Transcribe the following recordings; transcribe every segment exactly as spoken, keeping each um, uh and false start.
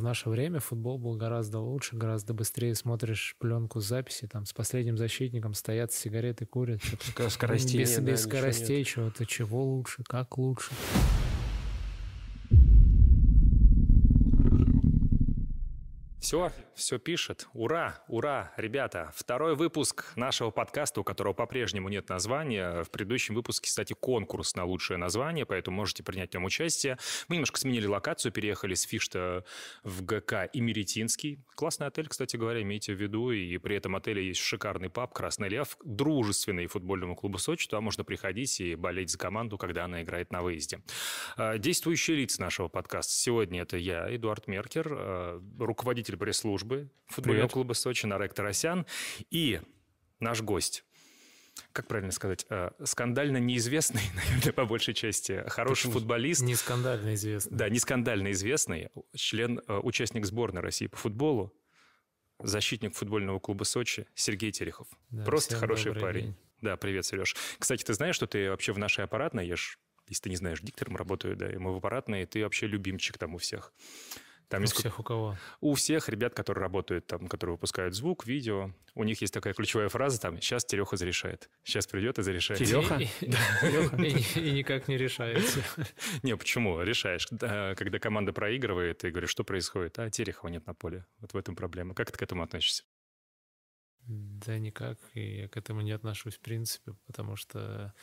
в наше время футбол был гораздо лучше, гораздо быстрее смотришь пленку с записи, там с последним защитником стоят, сигареты курят. Скоростей без, нет, без да, скоростей, чего-то, чего лучше, как лучше. Все, все пишет. Ура, ура, ребята. Второй выпуск нашего подкаста, у которого по-прежнему нет названия. В предыдущем выпуске, кстати, конкурс на лучшее название, поэтому можете принять в нем участие. Мы немножко сменили локацию, переехали с Фишта в ГК Имеретинский. Классный отель, кстати говоря, имейте в виду. И при этом отеле есть шикарный паб «Красный лев», дружественный футбольному клубу «Сочи». Туда можно приходить и болеть за команду, когда она играет на выезде. Действующие лица нашего подкаста. Сегодня это я, Эдуард Меркер, руководитель пресс-службы футбольного Привет. клуба «Сочи» Нарек Тарасян, и наш гость, как правильно сказать, скандально неизвестный, наверное, по большей части, хороший Почему? Футболист. Не скандально известный. Да, не скандально известный, член, участник сборной России по футболу, защитник футбольного клуба «Сочи» Сергей Терехов. Да, Просто хороший парень. День. Да, привет, Сереж. Кстати, ты знаешь, что ты вообще в нашей аппаратной, я ж, если ты не знаешь, диктором работаю, да, и мы в аппаратной, ты вообще любимчик там у всех. Там У есть... всех у кого? У всех ребят, которые работают там, которые выпускают звук, видео. У них есть такая ключевая фраза там: «Сейчас Тереха зарешает». Сейчас придет и зарешает. Тереха? И никак не решается. Не, почему? Решаешь. Когда команда проигрывает, ты говоришь, что происходит? А Терехова нет на поле. Вот в этом проблема. Как ты к этому относишься? Да никак. И я к этому не отношусь в принципе, потому что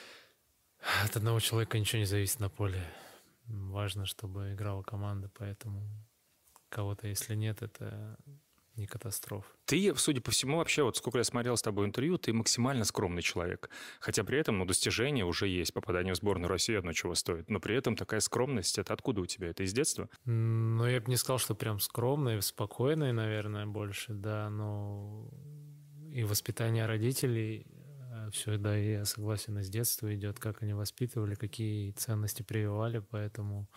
от одного человека ничего не зависит на поле. Важно, чтобы играла команда, поэтому кого-то, если нет, это не катастрофа. Ты, судя по всему, вообще, вот сколько я смотрел с тобой интервью, ты максимально скромный человек. Хотя при этом, ну, достижения уже есть. Попадание в сборную России одно чего стоит. Но при этом такая скромность, это откуда у тебя? Это из детства? Ну, я бы не сказал, что прям скромный, спокойный, наверное, больше, да, но и воспитание родителей, все, да, я согласен, с детства идет, как они воспитывали, какие ценности прививали, поэтому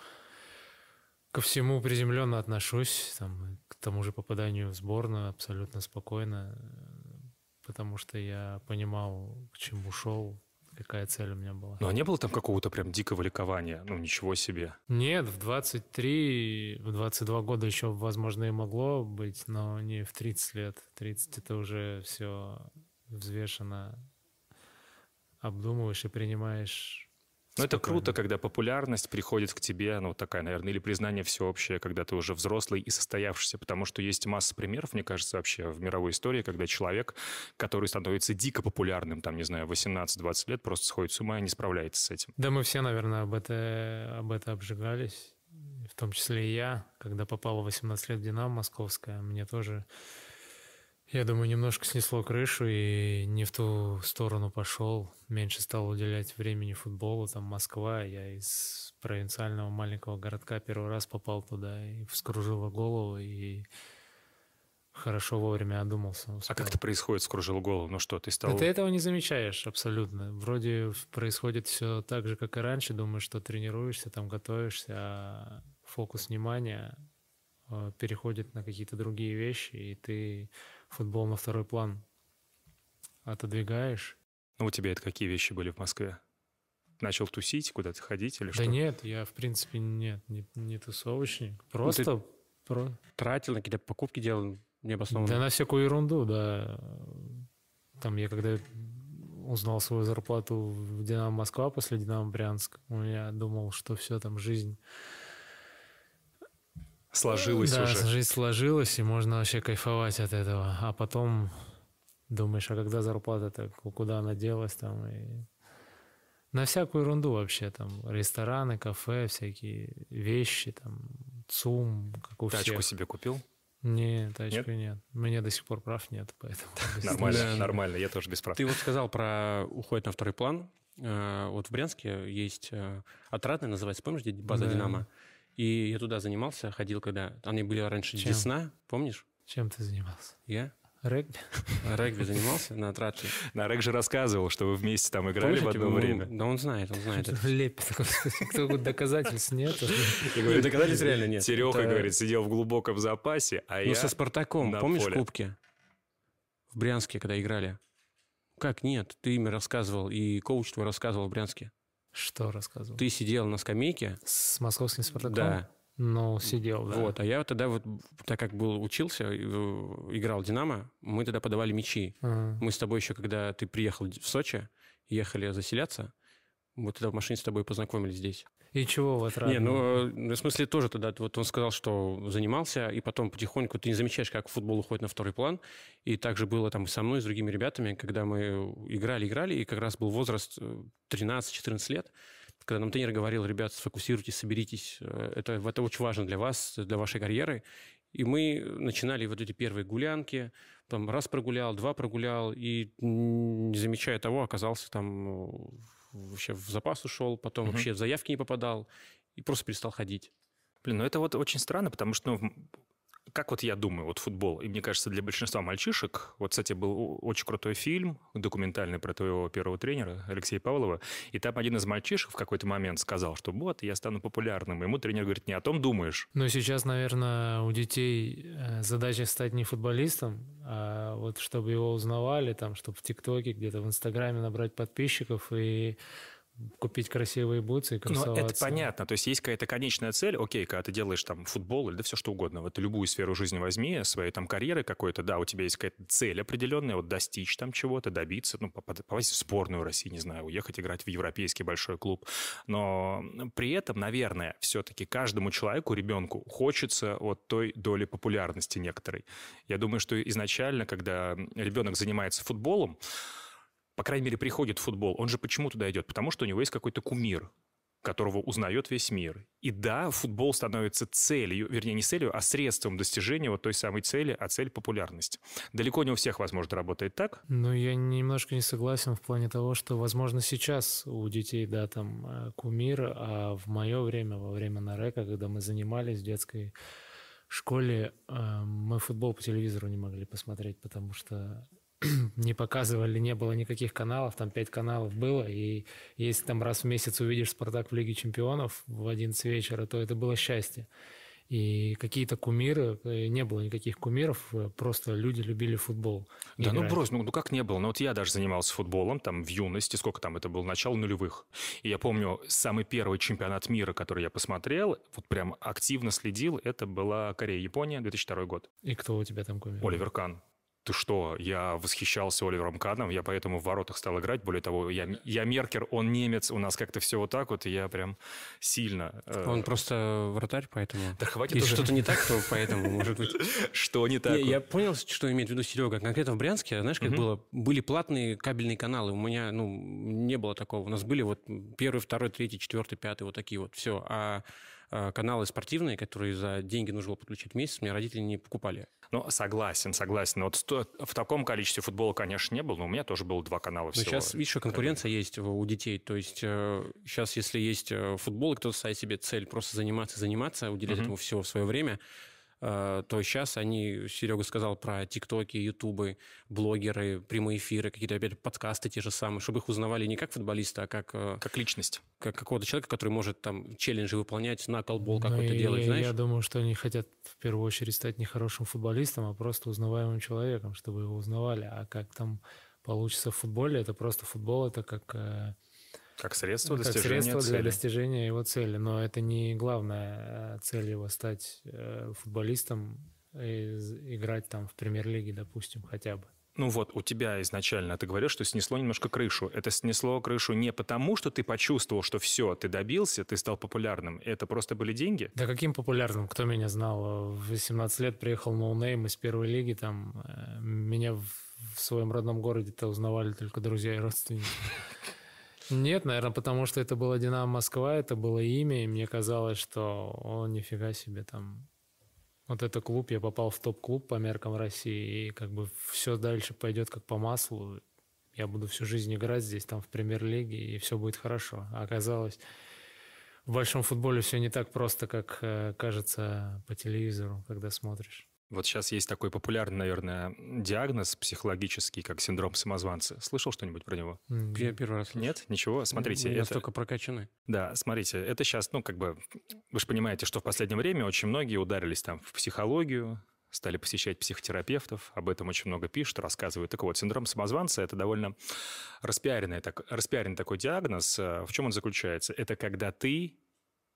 ко всему приземленно отношусь, там, к тому же попаданию в сборную абсолютно спокойно, потому что я понимал, к чему шел, какая цель у меня была. Ну, а не было там какого-то прям дикого ликования? Ну, ничего себе. Нет, в двадцать три, в двадцать два года еще, возможно, и могло быть, но не в тридцать лет. тридцать это уже все взвешено, обдумываешь и принимаешь. Ну, это круто, когда популярность приходит к тебе, ну, такая, наверное, или признание всеобщее, когда ты уже взрослый и состоявшийся, потому что есть масса примеров, мне кажется, вообще в мировой истории, когда человек, который становится дико популярным, там, не знаю, восемнадцать-двадцать лет, просто сходит с ума и не справляется с этим. Да, мы все, наверное, об это, об это обжигались, в том числе и я, когда попал в восемнадцать лет в «Динамо» московское, мне тоже... Я думаю, немножко снесло крышу и не в ту сторону пошел. Меньше стал уделять времени футболу. Там Москва, я из провинциального маленького городка первый раз попал туда и вскружило голову, и хорошо вовремя одумался. Успел. А как это происходит, скружил голову? Ну что, ты стал... Да ты этого не замечаешь абсолютно. Вроде происходит все так же, как и раньше. Думаешь, что тренируешься, там готовишься, а фокус внимания переходит на какие-то другие вещи, и ты футбол на второй план отодвигаешь. Ну, у тебя это какие вещи были в Москве? Начал тусить, куда-то ходить или да что? Да нет, я, в принципе, нет, не, не тусовочник. Просто... Ну, про... Тратил, на какие-то покупки делал необоснованно? Да на всякую ерунду, да. Там я когда узнал свою зарплату в «Динамо Москва» после «Динамо Брянск», я думал, что все, там жизнь... Сложилось да, уже. Да, жизнь сложилась, и можно вообще кайфовать от этого. А потом думаешь, а когда зарплата-то, куда она делась там? И... На всякую ерунду вообще. Там рестораны, кафе, всякие вещи, там ЦУМ, как у всех. Тачку себе купил? Не, тачку нет? нет. У меня до сих пор прав нет, поэтому... Нормально, нормально, я тоже без прав. Ты вот сказал про уход на второй план. Вот в Брянске есть Отрадная, называется, помнишь, где база «Динамо»? И я туда занимался, ходил, когда... Они были раньше Чем? «Десна», помнишь? Чем ты занимался? Я? Регби? Регби занимался на Отрадке. На Рег же рассказывал, что вы вместе там играли. Помните, в одно он, время. Да он знает, он знает. В лепе такой, доказательств нет. Доказательств реально нет. Тереха, говорит, сидел в глубоком запасе, а я Ну, со «Спартаком», помнишь, в Кубке? В Брянске, когда играли. Как нет? Ты им рассказывал, и коуч твой рассказывал в Брянске. Что рассказывал? Ты сидел на скамейке. С московским «Спартаком»? Да. Ну, сидел, да. Вот, а я тогда вот, так как был, учился, играл в «Динамо», мы тогда подавали мячи. Ага. Мы с тобой еще, когда ты приехал в Сочи, ехали заселяться, мы тогда в машине с тобой познакомились здесь. И чего в отрадном? Не, ну, в смысле, тоже тогда, вот он сказал, что занимался, и потом потихоньку ты не замечаешь, как футбол уходит на второй план. И так же было там и со мной, и с другими ребятами, когда мы играли-играли, и как раз был возраст тринадцать-четырнадцать лет, когда нам тренер говорил: ребят, сфокусируйтесь, соберитесь, это, это очень важно для вас, для вашей карьеры. И мы начинали вот эти первые гулянки, там раз прогулял, два прогулял, и не замечая того, оказался там, вообще в запас ушел, потом угу. вообще в заявки не попадал, и просто перестал ходить. Блин, ну это вот очень странно, потому что, ну, как вот я думаю, вот футбол, и мне кажется, для большинства мальчишек, вот, кстати, был очень крутой фильм, документальный про твоего первого тренера Алексея Павлова, и там один из мальчишек в какой-то момент сказал, что вот, я стану популярным, и ему тренер говорит: не о том думаешь. Но сейчас, наверное, у детей задача стать не футболистом, а вот чтобы его узнавали, там, чтобы в ТикТоке, где-то в Инстаграме набрать подписчиков и купить красивые бутсы и красоваться. Ну, это понятно. То есть есть какая-то конечная цель. Окей, когда ты делаешь там футбол или да все что угодно, вот любую сферу жизни возьми, своей там карьеры какой-то, да, у тебя есть какая-то цель определенная, вот достичь там чего-то, добиться, ну, попасть в сборную России, не знаю, уехать играть в европейский большой клуб. Но при этом, наверное, все-таки каждому человеку, ребенку, хочется вот той доли популярности некоторой. Я думаю, что изначально, когда ребенок занимается футболом, по крайней мере, приходит в футбол, он же почему туда идет? Потому что у него есть какой-то кумир, которого узнает весь мир. И да, футбол становится целью, вернее, не целью, а средством достижения вот той самой цели, а цель — популярность. Далеко не у всех, возможно, работает так. Ну, я немножко не согласен в плане того, что, возможно, сейчас у детей, да, там кумир, а в мое время, во время Нарека, когда мы занимались в детской школе, мы футбол по телевизору не могли посмотреть, потому что не показывали, не было никаких каналов, там пять каналов было, и если там раз в месяц увидишь «Спартак» в Лиге чемпионов в одиннадцать вечера, то это было счастье. И какие-то кумиры, не было никаких кумиров, просто люди любили футбол. Да играть. ну брось, ну, ну как не было? Ну вот я даже занимался футболом там в юности, сколько там это было, начало нулевых. И я помню, самый первый чемпионат мира, который я посмотрел, вот прям активно следил, это была Корея-Япония, две тысячи второй год. И кто у тебя там кумир? Оливер Кан. Ты что? Я восхищался Оливером Каном, я поэтому в воротах стал играть. Более того, я, я меркер, он немец, у нас как-то все вот так вот, и я прям сильно... Э... Он просто вратарь, поэтому... Да хватит Если уже. что-то не так, то поэтому, может быть... Что не так? Я понял, что имеет в виду Серега. Конкретно в Брянске, знаешь, как было? Были платные кабельные каналы. У меня, ну, не было такого. У нас были вот первый, второй, третий, четвертый, пятый, вот такие вот, все. А каналы спортивные, которые за деньги нужно было подключить в месяц, мне родители не покупали. Ну, согласен, согласен. Вот в таком количестве футбола, конечно, не было, но у меня тоже было два канала всего. Но сейчас, видишь, что конкуренция есть у детей. То есть сейчас, если есть футбол, и кто-то ставит себе цель просто заниматься, заниматься, уделять uh-huh. этому все в свое время, то сейчас они, Серега сказал про ТикТоки, Ютубы, блогеры, прямые эфиры, какие-то опять подкасты те же самые, чтобы их узнавали не как футболиста, а как... Как личность. Как какого-то человека, который может там челленджи выполнять, на колбол ну, какой-то делать, я, знаешь? Я думаю, что они хотят в первую очередь стать не хорошим футболистом, а просто узнаваемым человеком, чтобы его узнавали. А как там получится в футболе, это просто футбол, это как... Как средство как достижения средство цели. для достижения его цели. Но это не главная цель его стать футболистом и играть там в премьер-лиге, допустим, хотя бы. Ну вот, у тебя изначально, ты говоришь, что снесло немножко крышу. Это снесло крышу не потому, что ты почувствовал, что все, ты добился, ты стал популярным. Это просто были деньги? Да каким популярным? Кто меня знал? В восемнадцать лет приехал ноунейм из первой лиги. Там меня в своем родном городе-то узнавали только друзья и родственники. Нет, наверное, потому что это было «Динамо Москва», это было имя, и мне казалось, что о, нифига себе там... Вот это клуб, я попал в топ-клуб по меркам России, и как бы все дальше пойдет как по маслу. Я буду всю жизнь играть здесь, там, в премьер-лиге, и все будет хорошо. А оказалось, в большом футболе все не так просто, как кажется по телевизору, когда смотришь. Вот сейчас есть такой популярный, наверное, диагноз психологический, как синдром самозванца. Слышал что-нибудь про него? Mm. Я первый раз слышал. Нет? Ничего? Смотрите. Я это... настолько прокачанный. Да, смотрите, это сейчас, ну, как бы... Вы же понимаете, что в последнее время очень многие ударились там в психологию, стали посещать психотерапевтов, об этом очень много пишут, рассказывают. Так вот, синдром самозванца – это довольно распиаренный, так, распиаренный такой диагноз. В чем он заключается? Это когда ты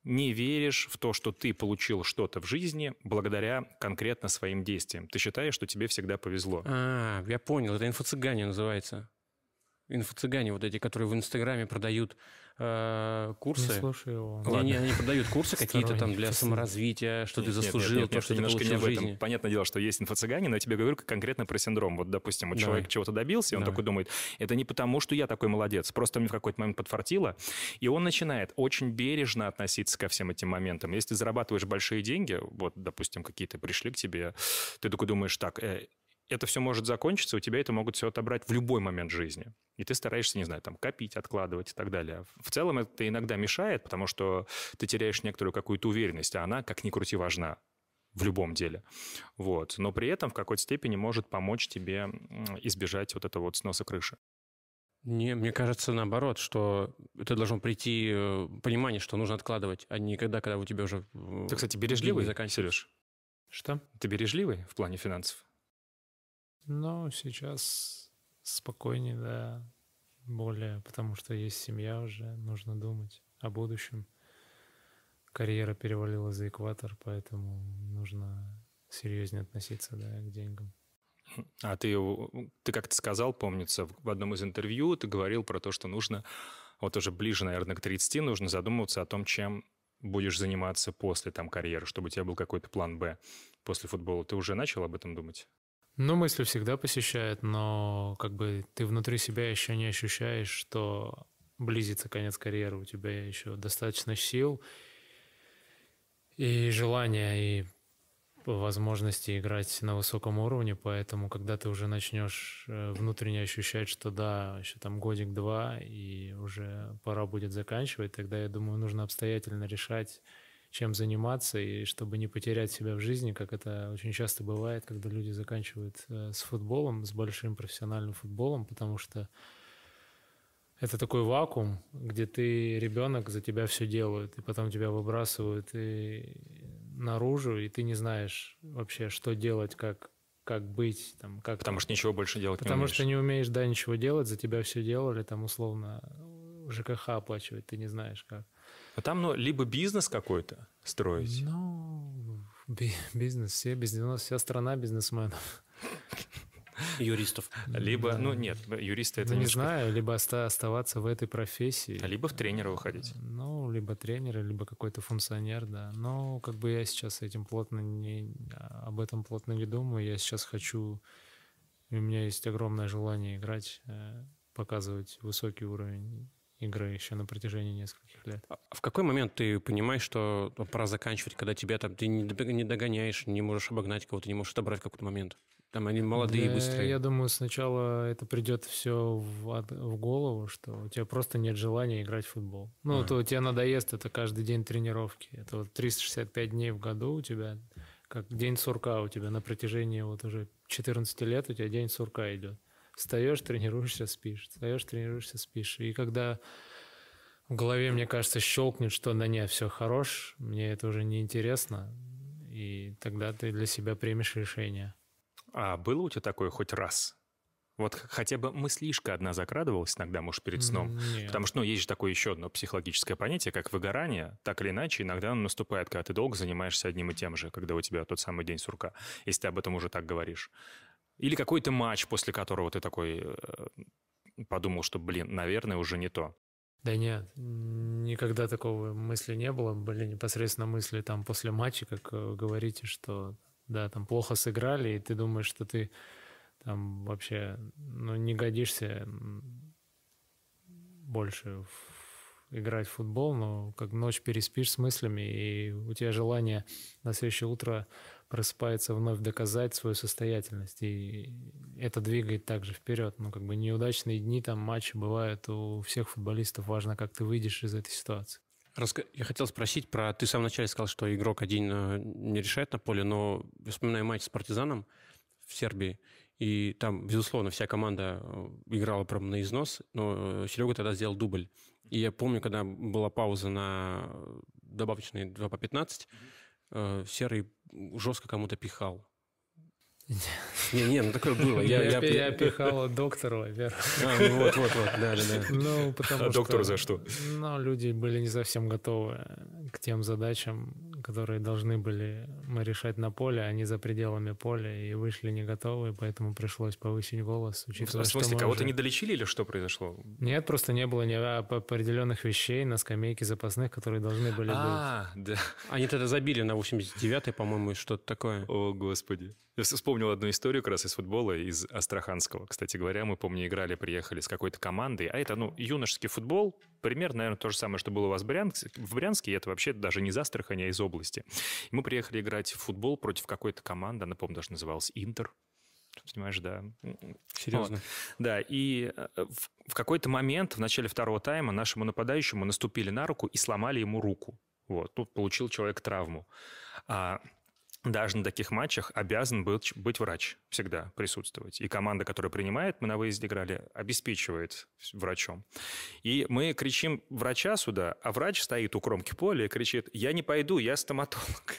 не веришь в то, что ты получил что-то в жизни благодаря конкретно своим действиям. Ты считаешь, что тебе всегда повезло. А, я понял, это инфо-цыгане называется. Инфо-цыгане вот эти, которые в Инстаграме продают э, курсы. Не слушай его. Не, не, они продают курсы какие-то там для Сторонник. саморазвития, что Нет, ты нет, заслужил, нет, нет, то, нет, что ты немножко получил не в об этом. жизни. Понятное дело, что есть инфо-цыгане, но я тебе говорю конкретно про синдром. Вот, допустим, вот Давай. человек чего-то добился, и он Давай. такой думает, это не потому, что я такой молодец, просто мне в какой-то момент подфартило, и он начинает очень бережно относиться ко всем этим моментам. Если ты зарабатываешь большие деньги, вот, допустим, какие-то пришли к тебе, ты такой думаешь, так, э, это все может закончиться, у тебя это могут все отобрать в любой момент жизни. И ты стараешься, не знаю, там, копить, откладывать и так далее. В целом это иногда мешает, потому что ты теряешь некоторую какую-то уверенность, а она, как ни крути, важна в любом деле. Вот. Но при этом в какой-то степени может помочь тебе избежать вот этого вот сноса крыши. Не, мне кажется, наоборот, что это должно прийти э, понимание, что нужно откладывать, а не когда, когда у тебя уже э, Ты, кстати, деньги бережливый, заканчиваются. Сереж? Что? Ты бережливый в плане финансов? Ну, сейчас спокойнее, да, более, потому что есть семья уже, нужно думать о будущем. Карьера перевалила за экватор, поэтому нужно серьезнее относиться, да, к деньгам. А ты, ты как-то сказал, помнится, в одном из интервью ты говорил про то, что нужно, вот уже ближе, наверное, к тридцати, нужно задумываться о том, чем будешь заниматься после там карьеры, чтобы у тебя был какой-то план «Б» после футбола. Ты уже начал об этом думать? Ну, мысли всегда посещают, но как бы ты внутри себя еще не ощущаешь, что близится конец карьеры, у тебя еще достаточно сил и желания, и возможности играть на высоком уровне, поэтому когда ты уже начнешь внутренне ощущать, что да, еще там годик-два, и уже пора будет заканчивать, тогда, я думаю, нужно обстоятельно решать, чем заниматься, и чтобы не потерять себя в жизни, как это очень часто бывает, когда люди заканчивают с футболом, с большим профессиональным футболом, потому что это такой вакуум, где ты ребенок, за тебя все делают, и потом тебя выбрасывают и наружу, и ты не знаешь вообще, что делать, как, как быть. Там, как Потому что ничего больше делать Потому не умеешь. что не умеешь, да, ничего делать, за тебя все делали, там условно ЖКХ оплачивать, ты не знаешь как. А там, ну, либо бизнес какой-то строить. Ну, би- бизнес, все бизнес, вся страна бизнесменов. Юристов. Либо, Да. ну, нет, юристы это Ну, не немножко- знаю, либо оста- оставаться в этой профессии. А либо в тренера уходить. Ну, либо тренер, либо какой-то функционер, да. Но как бы я сейчас этим плотно не, об этом плотно не думаю. Я сейчас хочу, у меня есть огромное желание играть, э, показывать высокий уровень игры еще на протяжении нескольких лет. А в какой момент ты понимаешь, что пора заканчивать, когда тебя там ты не дог- не догоняешь, не можешь обогнать кого-то, не можешь отобрать в какой-то момент? Там они молодые, Да, быстрые. Я думаю, сначала это придет все в, от- в голову, что у тебя просто нет желания играть в футбол. Ну, А. то тебе надоест это каждый день тренировки. Это вот триста шестьдесят пять дней в году у тебя, как день сурка у тебя на протяжении вот уже четырнадцати лет у тебя день сурка идет. Встаешь, тренируешься, спишь. Встаешь, тренируешься, спишь. И когда в голове, мне кажется, щелкнет, что да нет, все хорош, мне это уже не интересно, и тогда ты для себя примешь решение. А было у тебя такое хоть раз? Вот х- хотя бы мыслишка одна закрадывалась иногда, может, перед сном. Нет. Потому что, ну, есть же такое еще одно психологическое понятие, как выгорание. Так или иначе, иногда оно наступает, когда ты долго занимаешься одним и тем же, когда у тебя тот самый день сурка, если ты об этом уже так говоришь. Или какой-то матч, после которого ты такой э, подумал, что, блин, наверное, уже не то. Да нет, никогда такого мысли не было. Были непосредственно мысли там после матча, как э, говорите, что да, там плохо сыграли, и ты думаешь, что ты там вообще ну, не годишься м, больше в- играть в футбол, но как ночь переспишь с мыслями, и у тебя желание на следующее утро просыпается вновь доказать свою состоятельность, и это двигает также вперед. Ну, как бы неудачные дни, там матчи бывают у всех футболистов, важно, как ты выйдешь из этой ситуации. Раска- Я хотел спросить про... Ты в самом начале сказал, что игрок один э, не решает на поле, но я вспоминаю матч с «Партизаном» в Сербии, и там, безусловно, вся команда э, играла прям на износ, но э, Серега тогда сделал дубль. И я помню, когда была пауза на добавочные два по пятнадцать, э, Серый жестко кому-то пихал. Не, не, ну такое было. Я, я, я, я пихал доктору, во-первых. А, ну вот, вот, вот, да, да, да. Ну, потому а что, доктору за что? Ну, люди были не совсем готовы к тем задачам, которые должны были мы решать на поле, они за пределами поля, и вышли не готовы, поэтому пришлось повысить голос. Учитывая, в смысле, что кого-то уже... не долечили или что произошло? Нет, просто не было ни определенных вещей на скамейке запасных, которые должны были а, быть. Да. Они тогда забили на восемьдесят девятой, по-моему, что-то такое. О, Господи. Я вспомнил одну историю как раз из футбола, из Астраханского. Кстати говоря, мы, помню, играли, приехали с какой-то командой, а это, ну, юношеский футбол, примерно, наверное, то же самое, что было у вас в Брянске. В Брянске, и это вообще даже не из Астрахани, а из области. И мы приехали играть в футбол против какой-то команды, она, по-моему, даже называлась «Интер». Понимаешь, да. Серьезно? Вот. Да, и в, в какой-то момент в начале второго тайма нашему нападающему наступили на руку и сломали ему руку. Вот, тут получил человек травму. А даже на таких матчах обязан был быть врач, всегда присутствовать. И команда, которая принимает, мы на выезде играли, обеспечивает врачом. И мы кричим врача сюда, а врач стоит у кромки поля и кричит: «Я не пойду, я стоматолог».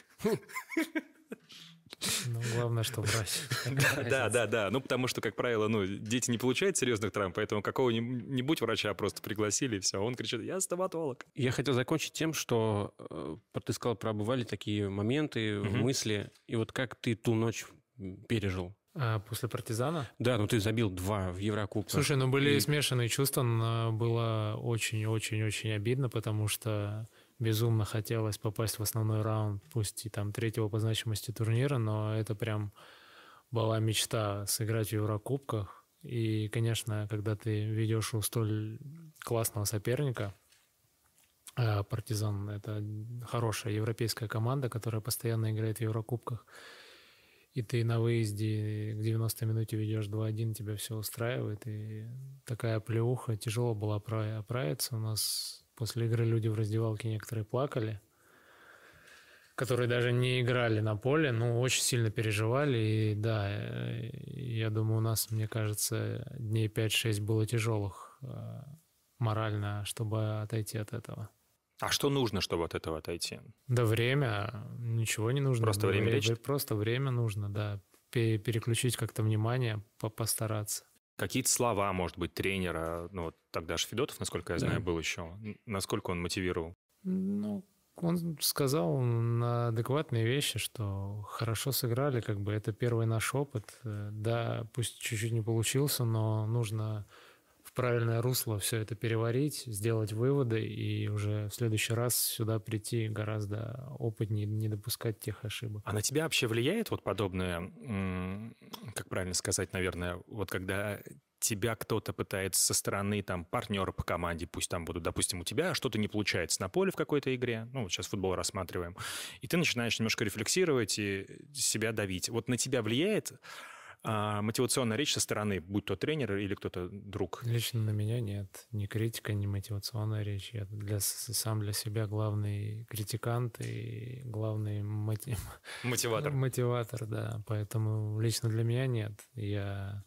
Ну, главное, что врач. Да, да, да. Ну, потому что, как правило, ну, дети не получают серьезных травм, поэтому какого-нибудь врача просто пригласили, и все. Он кричит: «Я стоматолог». Я хотел закончить тем, что э, ты сказал про бывали такие моменты, угу. мысли. И вот как ты ту ночь пережил? А после «Партизана»? Да, ну ты забил два в Еврокубках. Слушай, ну были и... смешанные чувства. Было очень-очень-очень обидно, потому что безумно хотелось попасть в основной раунд, пусть и там третьего по значимости турнира, но это прям была мечта сыграть в Еврокубках. И, конечно, когда ты ведешь у столь классного соперника, «Партизан» — это хорошая европейская команда, которая постоянно играет в Еврокубках, и ты на выезде к девяностой минуте ведешь два один, тебя все устраивает, и такая плеуха, тяжело было оправиться. У нас после игры люди в раздевалке некоторые плакали, которые даже не играли на поле, но очень сильно переживали. И да, я думаю, у нас, мне кажется, дней пять-шесть было тяжелых морально, чтобы отойти от этого. А что нужно, чтобы от этого отойти? Да время, ничего не нужно. Просто время лечит? Просто время нужно, да. Переключить как-то внимание, постараться. Какие-то слова, может быть, тренера, ну вот тогда же Федотов, насколько я знаю, да. был еще. Насколько он мотивировал? Ну, он сказал на адекватные вещи, что хорошо сыграли, как бы это первый наш опыт. Да, пусть чуть-чуть не получился, но нужно в правильное русло все это переварить, сделать выводы и уже в следующий раз сюда прийти гораздо опытнее, не допускать тех ошибок. А на тебя вообще влияет вот подобное, как правильно сказать, наверное, вот когда тебя кто-то пытается со стороны там партнера по команде, пусть там будут, допустим, у тебя что-то не получается на поле в какой-то игре, ну вот сейчас футбол рассматриваем, и ты начинаешь немножко рефлексировать и себя давить. Вот на тебя влияет а мотивационная речь со стороны, будь то тренер или кто-то друг? Лично на меня нет. Ни критика, ни мотивационная речь. Я для, сам для себя главный критикант и главный мотив... мотиватор. Мотиватор, да. Поэтому лично для меня нет. Я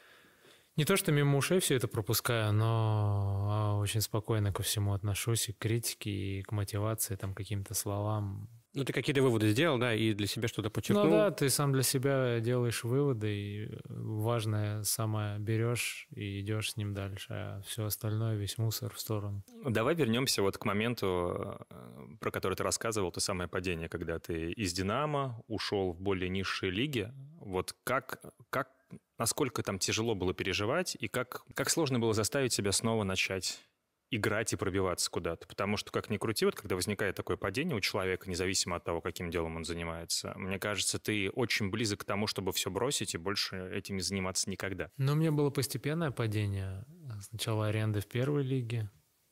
не то что мимо ушей все это пропускаю, но очень спокойно ко всему отношусь, и к критике, и к мотивации, там, каким-то словам. Ну, ты какие-то выводы сделал, да, и для себя что-то подчеркнул? Ну да, ты сам для себя делаешь выводы, и важное самое берешь и идешь с ним дальше, а все остальное, весь мусор в сторону. Давай вернемся вот к моменту, про который ты рассказывал, то самое падение, когда ты из «Динамо» ушел в более низшие лиги. Вот как, как, насколько там тяжело было переживать, и как, как сложно было заставить себя снова начать играть и пробиваться куда-то. Потому что, как ни крути, вот когда возникает такое падение у человека, независимо от того, каким делом он занимается, мне кажется, ты очень близок к тому, чтобы все бросить и больше этим не заниматься никогда. Но у меня было постепенное падение. Сначала аренды в первой лиге,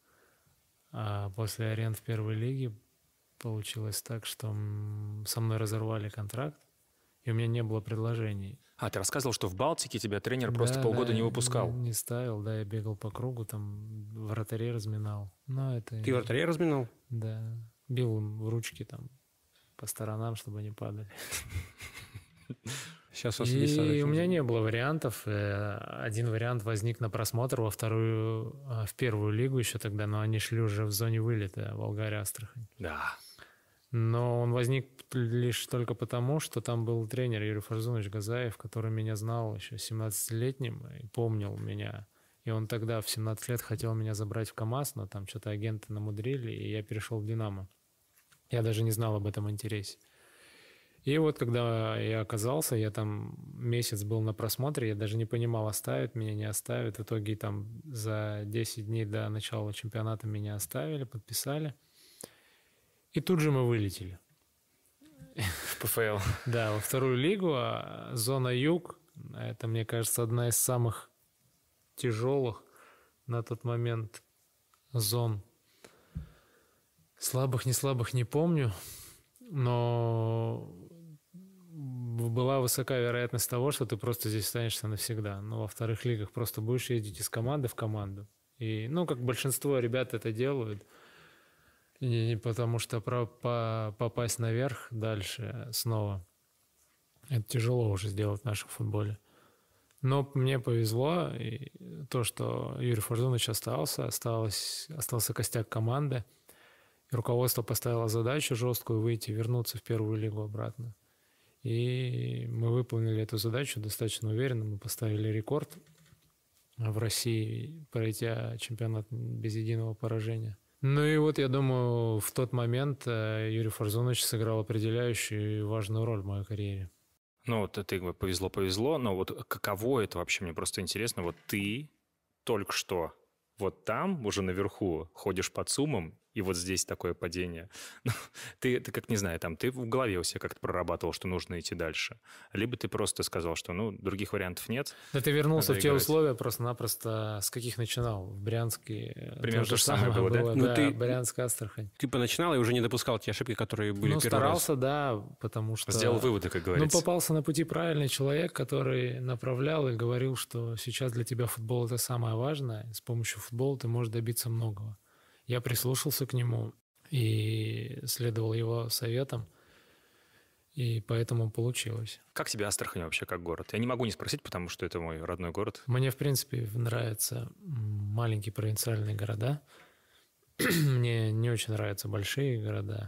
а после аренд в первой лиге получилось так, что со мной разорвали контракт, и у меня не было предложений. А, ты рассказывал, что в Балтике тебя тренер да, просто полгода да, не выпускал. Не, не ставил, да, я бегал по кругу, там вратарей разминал. Но это... Ты вратарей разминал? Да, бил им в ручки там по сторонам, чтобы они падали. Сейчас вас и у меня не было вариантов. Один вариант возник на просмотр во вторую, в первую лигу еще тогда, но они шли уже в зоне вылета, Волгарь-Астрахань. Да. Но он возник лишь только потому, что там был тренер Юрий Фарзунович Газаев, который меня знал еще семнадцатилетним и помнил меня. И он тогда в семнадцать лет хотел меня забрать в КамАЗ, но там что-то агенты намудрили, и я перешел в «Динамо». Я даже не знал об этом интересе. И вот когда я оказался, я там месяц был на просмотре, я даже не понимал, оставят меня, не оставят. В итоге там за десять дней до начала чемпионата меня оставили, подписали. И тут же мы вылетели. В ПФЛ. Да, во вторую лигу, а зона Юг, это, мне кажется, одна из самых тяжелых на тот момент зон. Слабых, не слабых не помню, но была высока вероятность того, что ты просто здесь останешься навсегда. Но во вторых лигах просто будешь ездить из команды в команду. И, ну, как большинство ребят это делают, и потому что про, по, попасть наверх дальше снова, это тяжело уже сделать в нашем футболе. Но мне повезло, и то, что Юрий Фарзунович остался, осталось, остался костяк команды. И руководство поставило задачу жесткую выйти, вернуться в первую лигу обратно. И мы выполнили эту задачу достаточно уверенно. Мы поставили рекорд в России, пройдя чемпионат без единого поражения. Ну и вот, я думаю, в тот момент Юрий Фарзунович сыграл определяющую и важную роль в моей карьере. Ну, вот ты повезло-повезло, но вот каково это вообще, мне просто интересно. Вот ты только что вот там, уже наверху, ходишь под ЦУМом, и вот здесь такое падение. ты, ты как, не знаю, там, ты в голове у себя как-то прорабатывал, что нужно идти дальше. Либо ты просто сказал, что, ну, других вариантов нет. Да ты вернулся в те играть. Условия просто-напросто, с каких начинал. В Брянске. Примерно то же самое было, да? было ну, да, ты, Брянск, Астрахань. Ты поначинал и уже не допускал те ошибки, которые были ну, первый раз. старался, да, потому что... Сделал выводы, как говорится. Ну, попался на пути правильный человек, который направлял и говорил, что сейчас для тебя футбол — это самое важное. С помощью футбола ты можешь добиться многого. Я прислушался к нему и следовал его советам, и поэтому получилось. Как тебе Астрахань вообще как город? Я не могу не спросить, потому что это мой родной город. Мне, в принципе, нравятся маленькие провинциальные города. Мне не очень нравятся большие города.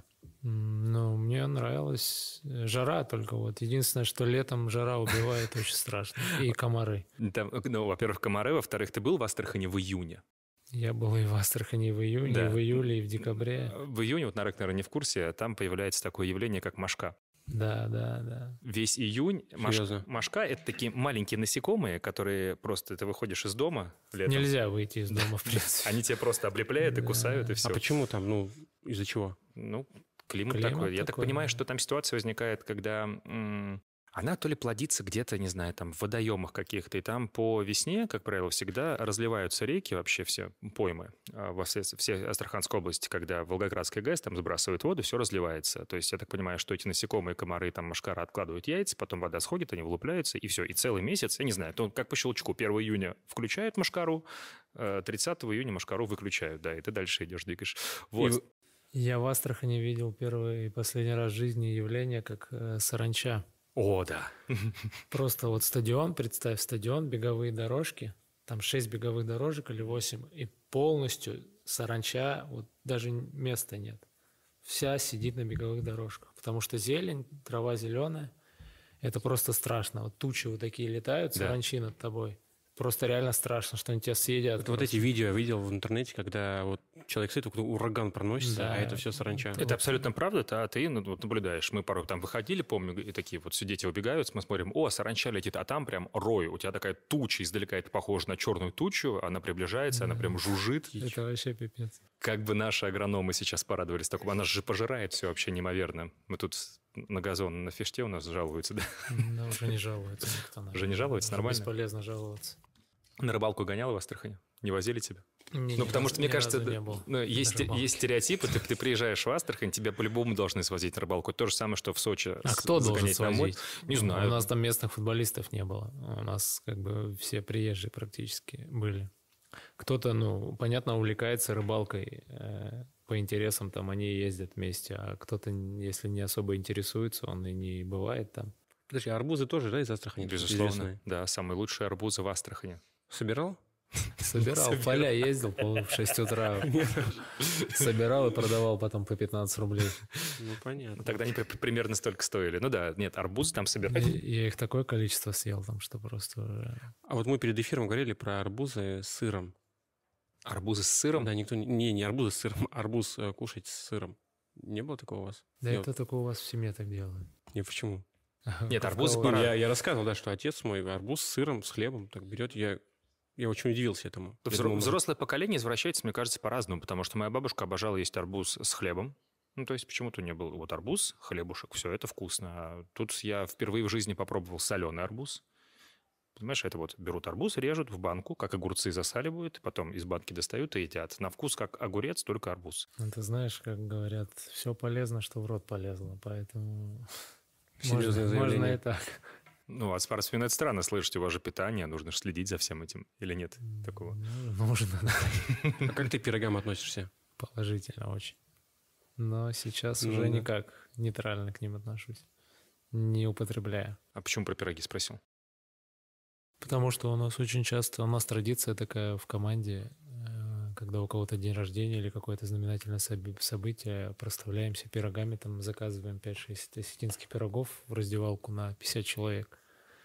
Но мне нравилась жара только. Вот единственное, что летом жара убивает очень страшно. И комары. Там, ну, во-первых, комары. Во-вторых, ты был в Астрахани в июне? Я был и в Астрахани в июне, да. и в июле, и в декабре. В июне, вот Нарек, наверное, не в курсе, там появляется такое явление, как мошка. Да, да, да. Весь июнь мошка, мошка – это такие маленькие насекомые, которые просто… Ты выходишь из дома летом. Нельзя выйти из дома, в принципе. Они тебя просто облепляют и кусают, и все. А почему там? Ну, из-за чего? Ну, климат такой. Я так понимаю, что там ситуация возникает, когда… Она то ли плодится где-то, не знаю, там в водоемах каких-то, и там по весне, как правило, всегда разливаются реки, вообще все поймы во все, все Астраханской области, когда Волгоградская ГЭС там сбрасывает воду, все разливается. То есть я так понимаю, что эти насекомые, комары, там мошкара откладывают яйца, потом вода сходит, они вылупляются, и все. И целый месяц, я не знаю, то как по щелчку, первого июня включают мошкару, тридцатого июня мошкару выключают, да, и ты дальше идешь, двигаешь. Вот. И я в Астрахани видел первый и последний раз в жизни явление, как саранча. О, да. Просто вот стадион, представь, стадион, беговые дорожки, там шесть беговых дорожек или восемь, и полностью саранча, вот даже места нет. Вся сидит на беговых дорожках, потому что зелень, трава зеленая, это просто страшно. Вот тучи вот такие летают, саранчи да. над тобой. Просто реально страшно, что они тебя съедят. Вот, вот эти видео я видел в интернете, когда вот человек стоит, ураган проносится, да. а это все саранча. Это абсолютно правда, а ты ну, вот наблюдаешь. Мы порой там выходили, помню, и такие вот все дети убегают, мы смотрим, о, саранча летит, а там прям рой. У тебя такая туча, издалека это похоже на черную тучу, она приближается, да. она прям жужжит. Это вообще пипец. Как бы наши агрономы сейчас порадовались такому, она же пожирает все вообще неимоверно. Мы тут на газон, на фиште у нас жалуются, да? Да, уже не жалуются никто. Уже не жалуются, нормально? Бесполезно жаловаться. На рыбалку гонял в Астрахани? Не возили тебя? Не, ну, потому что, мне кажется, не было, ну, есть, есть стереотипы, ты, ты приезжаешь в Астрахань, тебя по-любому должны свозить на рыбалку. То же самое, что в Сочи. А с, кто должен свозить? Не знаю. У нас там местных футболистов не было. У нас как бы все приезжие практически были. Кто-то, ну, понятно, увлекается рыбалкой э, по интересам, там они ездят вместе, а кто-то, если не особо интересуется, он и не бывает там. Подожди, арбузы тоже, да, из Астрахани? Безусловно, да, самые лучшие арбузы в Астрахани. Собирал? Собирал, в поля ездил в шесть утра. Собирал и продавал потом по пятнадцать рублей. Ну, понятно. Тогда они примерно столько стоили. Ну да, нет, арбуз там собирали. Я их такое количество съел там, что просто уже... А вот мы перед эфиром говорили про арбузы с сыром. Арбузы с сыром? Да, никто... Не, не арбузы с сыром, арбуз кушать с сыром. Не было такого у вас? Да я это вот... только у вас в семье так делают. Не, почему? Нет, арбуз... Я, я рассказывал, да, что отец мой арбуз с сыром, с хлебом так берет. Я, я очень удивился этому. Взро... думаю, Взрослое может... поколение извращается, мне кажется, по-разному, потому что моя бабушка обожала есть арбуз с хлебом. Ну, то есть почему-то у нее был вот арбуз, хлебушек, все это вкусно. А тут я впервые в жизни попробовал соленый арбуз. Понимаешь, это вот берут арбуз, режут в банку, как огурцы засаливают, потом из банки достают и едят. На вкус как огурец, только арбуз. Ну, ты знаешь, как говорят, все полезно, что в рот полезло, поэтому можно, можно и так. Ну, от спортсмена это странно слышать, у вас же питание, нужно же следить за всем этим. Или нет такого? Ну, нужно, да. А как ты к пирогам относишься? Положительно очень. Но сейчас ну, уже да. никак нейтрально к ним отношусь, не употребляя. А почему про пироги спросил? Потому что у нас очень часто, у нас традиция такая в команде, когда у кого-то день рождения или какое-то знаменательное событие, проставляемся пирогами, там заказываем пять-шесть осетинских пирогов в раздевалку на пятьдесят человек.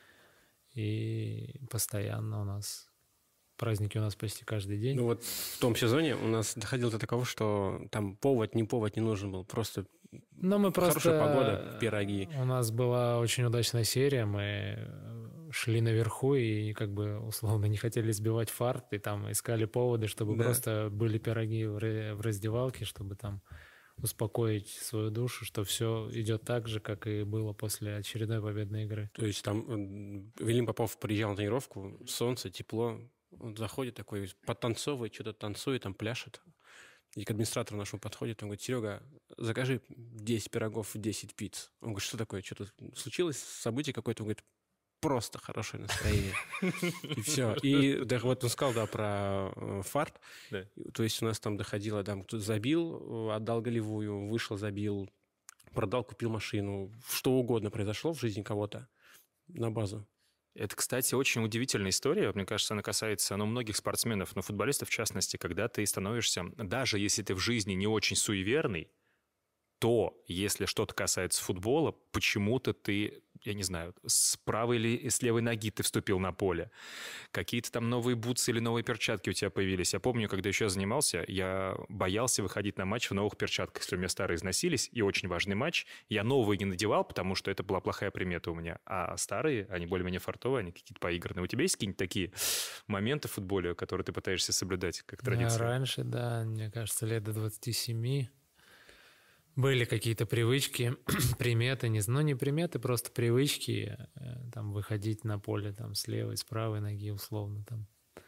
И постоянно у нас праздники у нас почти каждый день. Ну вот в том сезоне у нас доходило до такого, что там повод, не повод не нужен был, просто... Но мы просто... Хорошая погода, пироги. У нас была очень удачная серия, мы шли наверху и как бы условно не хотели сбивать фарт, и там искали поводы, чтобы да. просто были пироги в раздевалке, чтобы там успокоить свою душу, что все идет так же, как и было после очередной победной игры. То есть там Велим Попов приезжал на тренировку, солнце, тепло, он заходит такой, подтанцовывает, что-то танцует, там пляшет. И к администратору нашему подходит, он говорит: Серега, закажи десять пирогов, десять пиц. Он говорит: что такое, что-то случилось, событие какое-то? Он говорит: просто хорошее настроение. И все. И да, вот он сказал, да, про э, фарт. Да. То есть у нас там доходило, там кто-то забил, отдал голевую, вышел, забил, продал, купил машину. Что угодно произошло в жизни кого-то на базу. Это, кстати, очень удивительная история. Мне кажется, она касается ну, многих спортсменов, но футболистов в частности, когда ты становишься, даже если ты в жизни не очень суеверный, то, если что-то касается футбола, почему-то ты, я не знаю, с правой или с левой ноги ты вступил на поле. Какие-то там новые бутсы или новые перчатки у тебя появились. Я помню, когда еще занимался, я боялся выходить на матч в новых перчатках. Если у меня старые износились, и очень важный матч, я новые не надевал, потому что это была плохая примета у меня. А старые, они более-менее фартовые, они какие-то поигранные. У тебя есть какие-нибудь такие моменты в футболе, которые ты пытаешься соблюдать как традицию? Раньше, да, мне кажется, лет до двадцати семи. Были какие-то привычки, приметы, не, ну не приметы, просто привычки, там, выходить на поле там, с левой, с правой ноги условно. Там.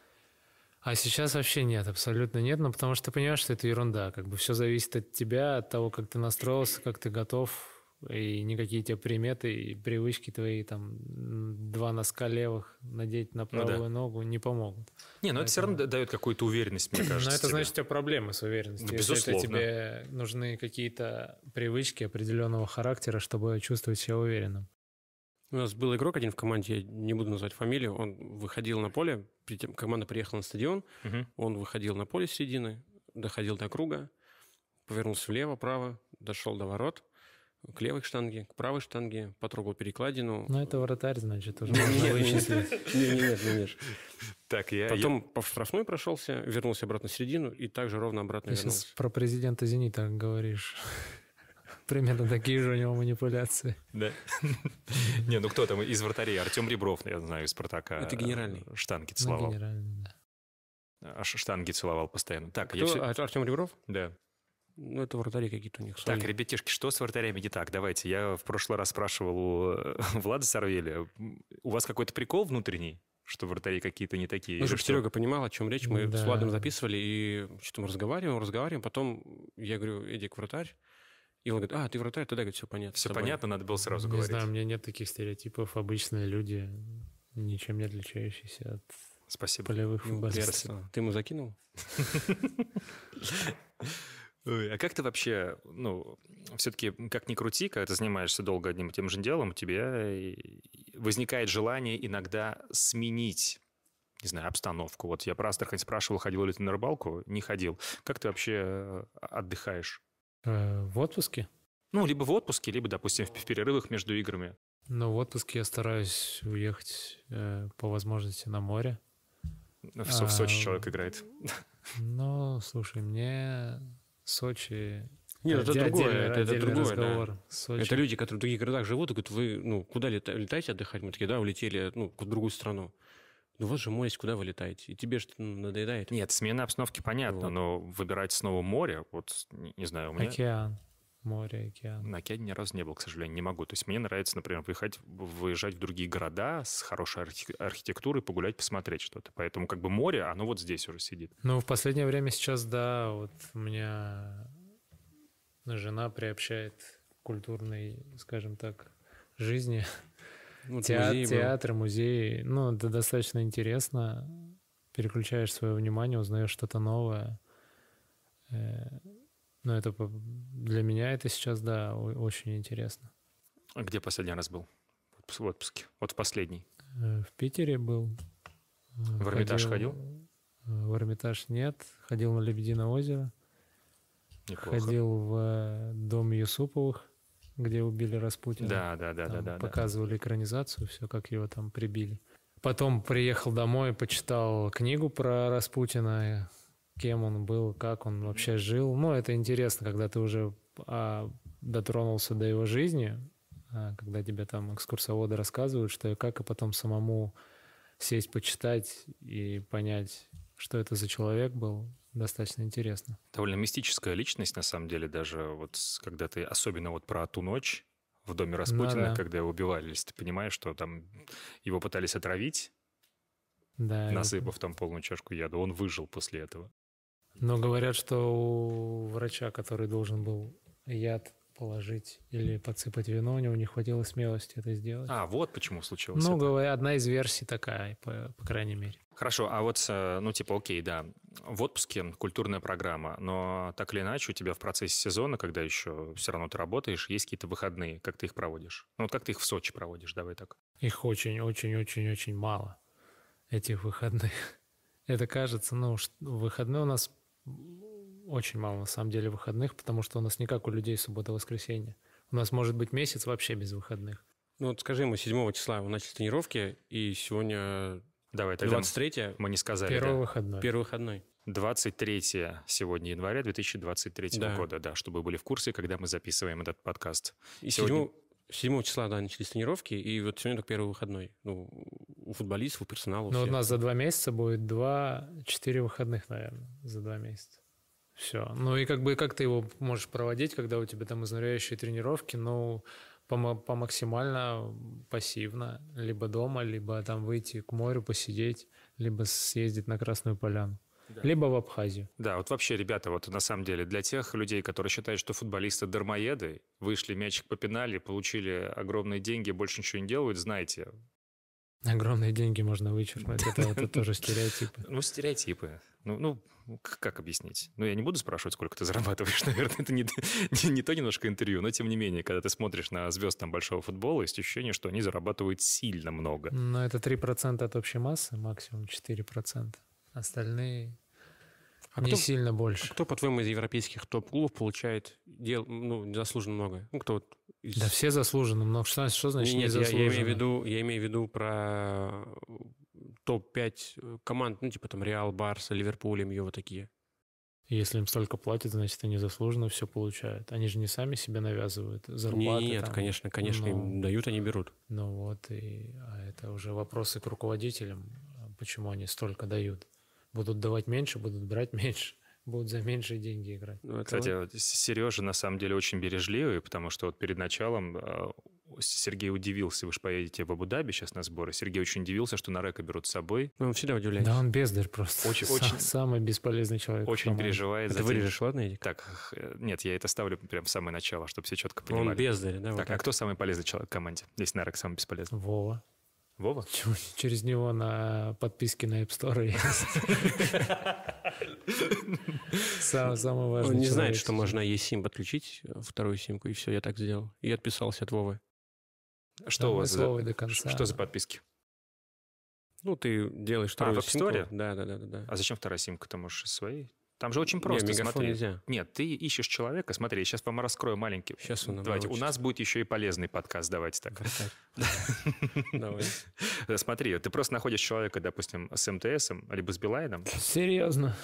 А сейчас вообще нет, абсолютно нет, ну потому что ты понимаешь, что это ерунда, как бы все зависит от тебя, от того, как ты настроился, как ты готов, и никакие тебе приметы и привычки твои, там, два носка левых надеть на правую ну, да. ногу не помогут. Не, но это, это все равно дает какую-то уверенность, мне кажется. Но это тебе. Значит, у тебя проблемы с уверенностью. Ну, безусловно. Если тебе нужны какие-то привычки определенного характера, чтобы чувствовать себя уверенным. У нас был игрок один в команде, я не буду называть фамилию, он выходил на поле, команда приехала на стадион, угу. он выходил на поле с середины, доходил до круга, повернулся влево, право, дошел до ворот, к левой штанге, к правой штанге, потрогал перекладину. Ну, это вратарь, значит, уже можно вычислить. Нет, нет, нет. Так, я, Потом я... по штрафной прошелся, вернулся обратно в середину и также ровно обратно Ты вернулся. Сейчас про президента «Зенита» говоришь. Примерно такие же у него манипуляции. Да. Не, ну кто там из вратарей? Артем Ребров, я знаю, из «Спартака». Это генеральный. Штанги целовал. Ну, генеральный, да. А штанги целовал постоянно. Так, Кто? я все... Артем Ребров? Да. Ну, это вратари какие-то у них. Так, свои. Ребятишки, что с вратарями не так? Давайте. Я в прошлый раз спрашивал у Влада Сарвеля. У вас какой-то прикол внутренний, что вратари какие-то не такие? Ну, чтобы что? Серега понимал, о чем речь. Мы да. с Владом записывали, и что-то мы разговариваем, разговариваем. Потом я говорю: Эдик, вратарь. И он говорит: а, ты вратарь, тогда, говорит, все понятно. Все понятно, надо было сразу не говорить. Не знаю, у меня нет таких стереотипов. Обычные люди, ничем не отличающиеся от Спасибо. полевых футболистов. Ты ему закинул? Ой, а как ты вообще, ну, все-таки, как ни крути, когда ты занимаешься долго одним и тем же делом, у тебя возникает желание иногда сменить не знаю, обстановку? Вот я про Астрахань спрашивал, ходил ли ты на рыбалку? Не ходил. Как ты вообще отдыхаешь? Э, в отпуске? Ну, либо в отпуске, либо, допустим, в перерывах между играми. Ну, в отпуске я стараюсь уехать э, по возможности на море. В, в Сочи а, человек играет. Ну, слушай, мне Сочи... Нет, это, это другое, это, это другое, разговор. Да. Сочи. Это люди, которые в других городах живут, и говорят, вы, ну, куда летаете отдыхать? Мы такие, да, улетели, ну, в другую страну. Ну, вот же море, куда вы летаете? И тебе же ну, надоедает. Нет, смена обстановки понятно, вот. Но выбирать снова море, вот, не, не знаю, у меня... Океан. Море, океан. На океане ни разу не был, к сожалению, не могу. То есть мне нравится, например, выехать, выезжать в другие города с хорошей архитектурой, погулять, посмотреть что-то. Поэтому как бы море, оно вот здесь уже сидит. Ну, в последнее время сейчас, да, вот у меня жена приобщает к культурной, скажем так, жизни. Ну, Театр, музей театр, музей. Ну, это достаточно интересно. Переключаешь свое внимание, узнаешь что-то новое. Ну, это для меня это сейчас, да, очень интересно. А где последний раз был в отпуске? Вот в последний. В Питере был. В Эрмитаж ходил? ходил? В Эрмитаж нет. Ходил на Лебединое озеро. Неплохо. Ходил в дом Юсуповых, где убили Распутина. Да, да, да, да, да. Показывали да. экранизацию, все, как его там прибили. Потом приехал домой, почитал книгу про Распутина, кем он был, как он вообще жил. Ну, это интересно, когда ты уже а, дотронулся до его жизни, а, когда тебе там экскурсоводы рассказывают, что и как, и потом самому сесть, почитать и понять, что это за человек был, достаточно интересно. Довольно мистическая личность, на самом деле, даже вот когда ты, особенно вот про ту ночь в доме Распутина, ну, да. когда его убивали, если ты понимаешь, что там его пытались отравить, да, насыпав это... там полную чашку яда, он выжил после этого. Но говорят, что у врача, который должен был яд положить или подсыпать вино, у него не хватило смелости это сделать. А, вот почему случилось ну, это. Ну, одна из версий такая, по, по крайней мере. Хорошо, а вот, ну, типа, окей, да, в отпуске культурная программа, но так или иначе у тебя в процессе сезона, когда еще все равно ты работаешь, есть какие-то выходные, как ты их проводишь? Ну, вот как ты их в Сочи проводишь, давай так. Их очень-очень-очень-очень мало, этих выходных. Это кажется, ну, выходные у нас... Очень мало, на самом деле, выходных, потому что у нас не как у людей суббота-воскресенье. У нас может быть месяц вообще без выходных. Ну вот скажи, мы седьмого числа у нас начали тренировки, и сегодня Давай, двадцать третье. Мы не сказали. Первый да. выходной. Первый выходной. двадцать третье сегодня января две тысячи двадцать третьего да. года, да, чтобы вы были в курсе, когда мы записываем этот подкаст. И сегодня... седьмого числа, да, начались тренировки, и вот сегодня только первый выходной. Ну, у футболистов, у персонала. У ну, у нас за два месяца будет два-четыре выходных, наверное, за два месяца. Все. Ну и как бы как ты его можешь проводить, когда у тебя там изнуряющие тренировки, ну, по, по максимально пассивно. Либо дома, либо там выйти к морю, посидеть, либо съездить на Красную Поляну. Да. Либо в Абхазию. Да, вот вообще, ребята, вот на самом деле для тех людей, которые считают, что футболисты дармоеды, вышли, мячик попинали, получили огромные деньги, больше ничего не делают, знайте. Огромные деньги можно вычеркнуть, это, это тоже стереотипы. Ну, стереотипы. Ну, ну, как объяснить? Ну, я не буду спрашивать, сколько ты зарабатываешь, наверное, это не, не, не то немножко интервью, но тем не менее, когда ты смотришь на звезд там большого футбола, есть ощущение, что они зарабатывают сильно много. Ну, это три процента от общей массы, максимум четыре процента. Остальные а не кто, сильно больше. А кто, по-твоему, из европейских топ-клубов получает дел, ну, заслуженно много? Ну, кто вот из... Да все заслуженно много. Что, что значит Нет, не заслуженно? Я, я, имею в виду, я имею в виду про топ пять команд, ну, типа там Реал, Барса, Ливерпуль, МЮ, вот такие. Если им столько платят, значит, они заслуженно все получают. Они же не сами себе навязывают зарплаты. Нет, там. конечно, конечно, но... им дают, они берут. Ну вот, и а это уже вопросы к руководителям, почему они столько дают. Будут давать меньше, будут брать меньше, будут за меньшие деньги играть. Ну, кстати, вот Сережа на самом деле очень бережливый, потому что вот перед началом Сергей удивился, вы же поедете в Абу-Даби сейчас на сборы, Сергей очень удивился, что Нарека берут с собой. Ну, он всегда удивляется. Да, он бездарь просто. Очень, очень, самый бесполезный человек. Очень переживает. Это вырежешь, ладно, Эдик? Так, нет, я это ставлю прямо в самое начало, чтобы все четко понимали. Он бездарь, да? Так, вот так. А кто самый полезный человек в команде, если Нарек самый бесполезный? Вова. Вова? Через него на подписке на App Store есть. Самый важный. Он не знает, что можно eSIM подключить, вторую симку, и все, я так сделал. И отписался от Вовы. Что у вас за... Что за подписки? Ну, ты делаешь А, вторую в App симку. Store? Да, да, да, да, да. А зачем вторая симка? Ты можешь из своей? Там же очень просто, Не, мегафон смотри. нельзя. Нет, ты ищешь человека, смотри, я сейчас вам раскрою маленький. Сейчас он нам Давайте, у научит. нас будет еще и полезный подкаст, давайте так. Давай. Смотри, ты просто находишь человека, допустим, с МТСом, либо с Билайном, Серьезно.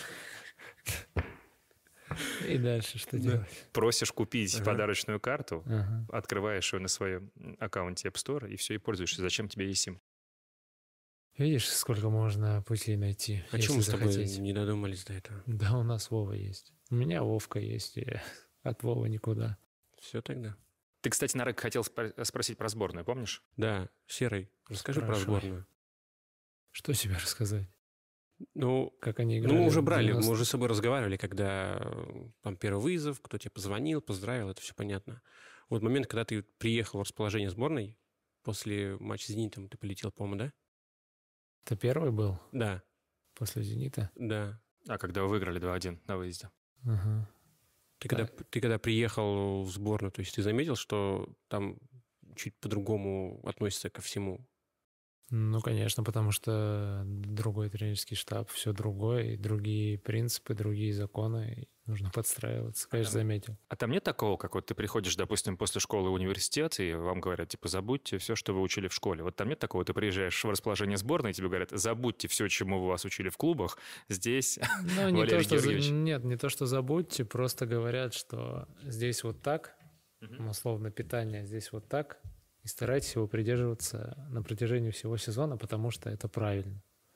И дальше что делать? просишь купить Ага. подарочную карту, Ага. открываешь ее на своем аккаунте App Store, и все, и пользуешься. Зачем тебе eSIM? Видишь, сколько можно путей найти, А если чему мы с тобой захотеть. не додумались до этого? Да, у нас Вова есть. У меня Вовка есть, и от Вовы никуда. Все тогда? Ты, кстати, Нарек, хотел спро- спросить про сборную, помнишь? Да, Серый, расскажи про Спрашивай. сборную. Что себе рассказать? Ну, Как они играли? ну, мы уже в брали, девяносто мы уже с собой разговаривали, когда э, там первый вызов, кто тебе позвонил, поздравил, это все понятно. Вот момент, когда ты приехал в расположение сборной, после матча с «Зенитом» ты полетел, по-моему, да? Это первый был Да, после «Зенита»? да. А, когда вы выиграли два один на выезде. Ага. Ты когда, ты когда приехал в сборную, то есть ты заметил, что там чуть по-другому относятся ко всему? Ну, конечно, потому что другой тренерский штаб, все другое, и другие принципы, другие законы, и нужно подстраиваться. Конечно, заметил. А там нет такого, как вот ты приходишь, допустим, после школы в университет, и вам говорят, типа, забудьте все, что вы учили в школе. Вот там нет такого, ты приезжаешь в расположение сборной, и тебе говорят, забудьте все, чему вы вас учили в клубах, здесь Ну, не Валерий то, что, за- Георгиевич. нет, не то, что забудьте, просто говорят, что здесь вот так, Мгм. ну, условно, питание здесь вот так, и старайтесь его придерживаться на протяжении всего сезона, потому что это правильно.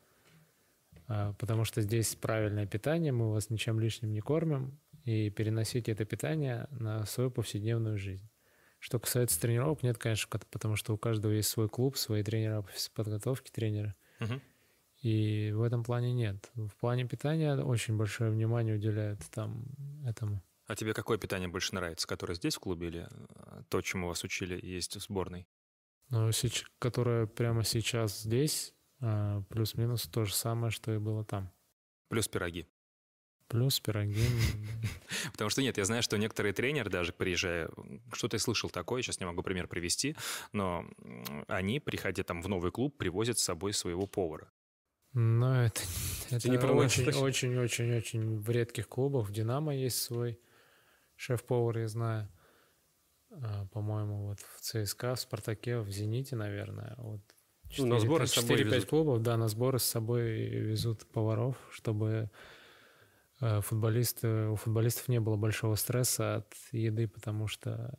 А, Потому что здесь правильное питание, мы вас ничем лишним не кормим, и переносите это питание на свою повседневную жизнь. Что касается тренировок, нет, конечно, кот- потому что у каждого есть свой клуб, свои тренера по подготовке, тренеры. Мгм. И в этом плане нет. В плане питания очень большое внимание уделяют там этому. А тебе какое питание больше нравится, которое здесь в клубе или э, то, чему вас учили, есть в сборной? Но сеч- которое прямо сейчас здесь, а, плюс-минус то же самое, что и было там. Плюс пироги. Плюс пироги. Потому что нет, я знаю, что некоторые тренеры, даже приезжая, что-то я слышал такое, сейчас не могу пример привести, но м, они, приходя там в новый клуб, привозят с собой своего повара. Но это, это не про нас, очень, точно. очень, очень, очень в редких клубах. В «Динамо» есть свой шеф-повар, я знаю. А, По-моему, вот в ЦСКА, в «Спартаке», в «Зените», наверное. Вот Ну, на сборы с собой четыре-пять везут. клубов, да, на сборы с собой везут поваров, чтобы э, футболисты, у футболистов не было большого стресса от еды, потому что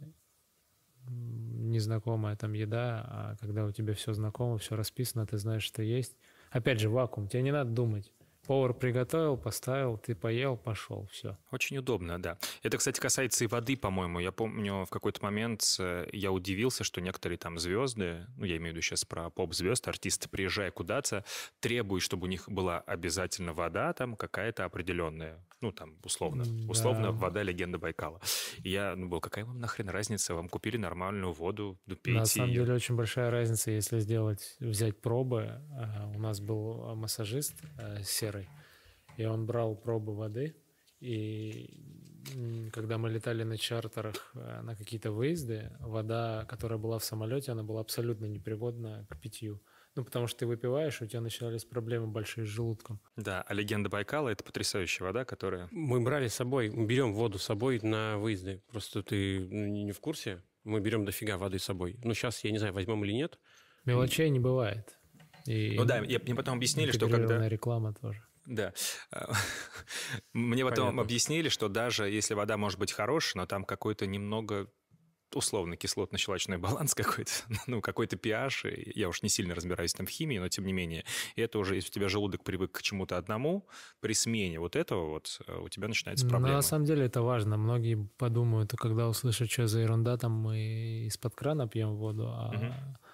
м, незнакомая там еда, а когда у тебя все знакомо, все расписано, ты знаешь, что есть. Опять же, вакуум, тебе не надо думать. Повар приготовил, поставил, ты поел, пошел, все. Очень удобно, да. Это, кстати, касается и воды, по-моему. Я помню, в какой-то момент э, я удивился, что некоторые там звезды, ну, я имею в виду сейчас про поп-звезд, артисты, приезжая куда-то, требуют, чтобы у них была обязательно вода там какая-то определенная. Ну, там, условно. Да. Условно, вода легенда Байкала. И я, ну, был, какая вам нахрен разница? Вам купили нормальную воду, ну, пейте На самом ее. деле очень большая разница, если сделать, взять пробы. А, У нас был массажист э, серый, и он брал пробы воды. И м, когда мы летали на чартерах э, на какие-то выезды, вода, которая была в самолете, она была абсолютно непригодна к питью. Ну, потому что ты выпиваешь, у тебя начинались проблемы большие с желудком. Да, а легенда Байкала — это потрясающая вода, которая... Мы брали с собой, мы берем воду с собой на выезды. Просто ты ну, не не в курсе. Мы берем дофига воды с собой. Ну, сейчас, я не знаю, возьмем или нет. Мелочей не бывает. И Ну да, я- мне потом объяснили, что когда... интегрированная реклама тоже. Да. Мне потом Понятно. объяснили, что даже если вода может быть хорошая, но там какой-то немного условно кислотно-щелочной баланс какой-то, ну, какой-то pH, и я уж не сильно разбираюсь там в химии, но тем не менее, и это уже, если у тебя желудок привык к чему-то одному, при смене вот этого вот э, у тебя начинается Но проблема. на самом деле это важно. Многие подумают, когда услышат, что за ерунда, там мы из-под крана пьем воду, а Мгм.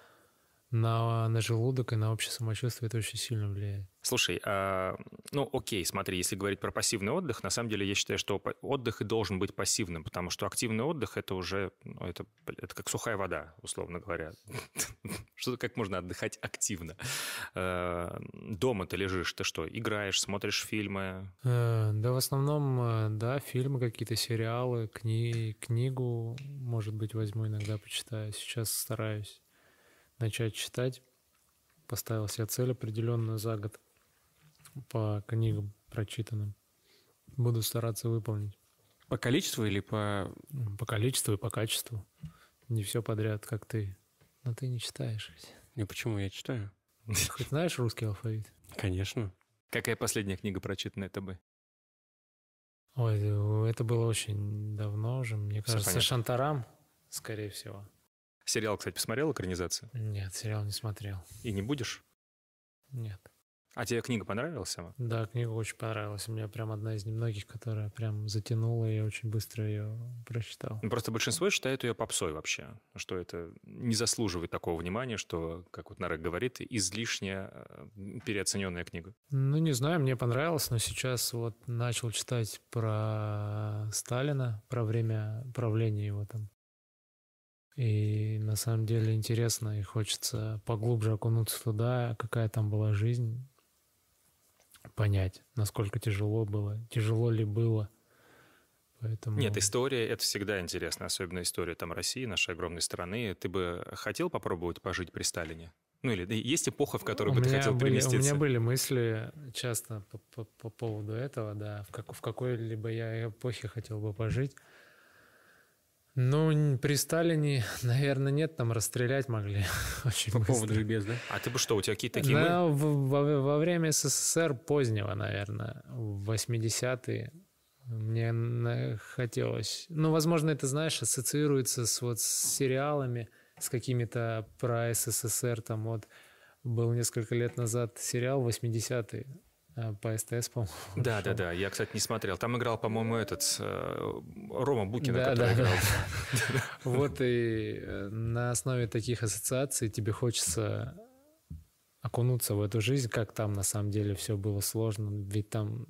на, на желудок и на общее самочувствие это очень сильно влияет. Слушай, а, ну окей, смотри, если говорить про пассивный отдых, на самом деле я считаю, что по- отдых и должен быть пассивным, потому что активный отдых — это уже, ну, это, это как сухая вода, условно говоря. Что, как можно отдыхать активно? Э, Дома ты лежишь, ты что, играешь, смотришь фильмы? Э, Да, в основном, э, да, фильмы какие-то, сериалы, кни- книгу, может быть, возьму иногда, почитаю. Сейчас стараюсь начать читать, поставил себе цель определенную за год по книгам прочитанным. Буду стараться выполнить. По количеству или по... По количеству и по качеству. Не все подряд, как ты. Но ты не читаешь ведь. Не, почему? Я читаю. Ты хоть знаешь русский алфавит? Конечно. Какая последняя книга прочитанная тобой? Ой, это было очень давно уже. Мне Всё кажется, понятно. Шантарам, скорее всего. Сериал, кстати, посмотрел, экранизацию? Нет, сериал не смотрел. И не будешь? Нет. А тебе книга понравилась сама? Да, книга очень понравилась. У меня прям одна из немногих, которая прям затянула, и я очень быстро ее прочитал. Ну, просто большинство считает ее попсой вообще, что это не заслуживает такого внимания, что, как вот Нарек говорит, излишне э, переоцененная книга. Ну, не знаю, мне понравилось, но сейчас вот начал читать про Сталина, про время правления его там. И на самом деле интересно, и хочется поглубже окунуться туда, какая там была жизнь, понять, насколько тяжело было, тяжело ли было. Поэтому... Нет, история — это всегда интересно, особенно история там России, нашей огромной страны. Ты бы хотел попробовать пожить при Сталине? Ну или есть эпоха, в которую у бы ты меня хотел были, переместиться? У меня были мысли часто по, по, по поводу этого, да, в, как, в какой-либо я эпохе хотел бы пожить. Ну, при Сталине, наверное, нет, там расстрелять могли очень По быстро. поводу любез, да? А ты бы что, у тебя какие-то такие... Да, мы... в- во, во время СССР позднего, наверное, в восьмидесятые, мне на- хотелось... Ну, возможно, это, знаешь, ассоциируется с, вот, с сериалами, с какими-то про СССР. Там вот был несколько лет назад сериал восьмидесятые по СТС, по-моему. Да, шел. да, да, я, кстати, не смотрел. Там играл, по-моему, этот э, Рома Букина, Да, который да, играл. да. Вот и э, на основе таких ассоциаций тебе хочется окунуться в эту жизнь, как там на самом деле все было сложно, ведь там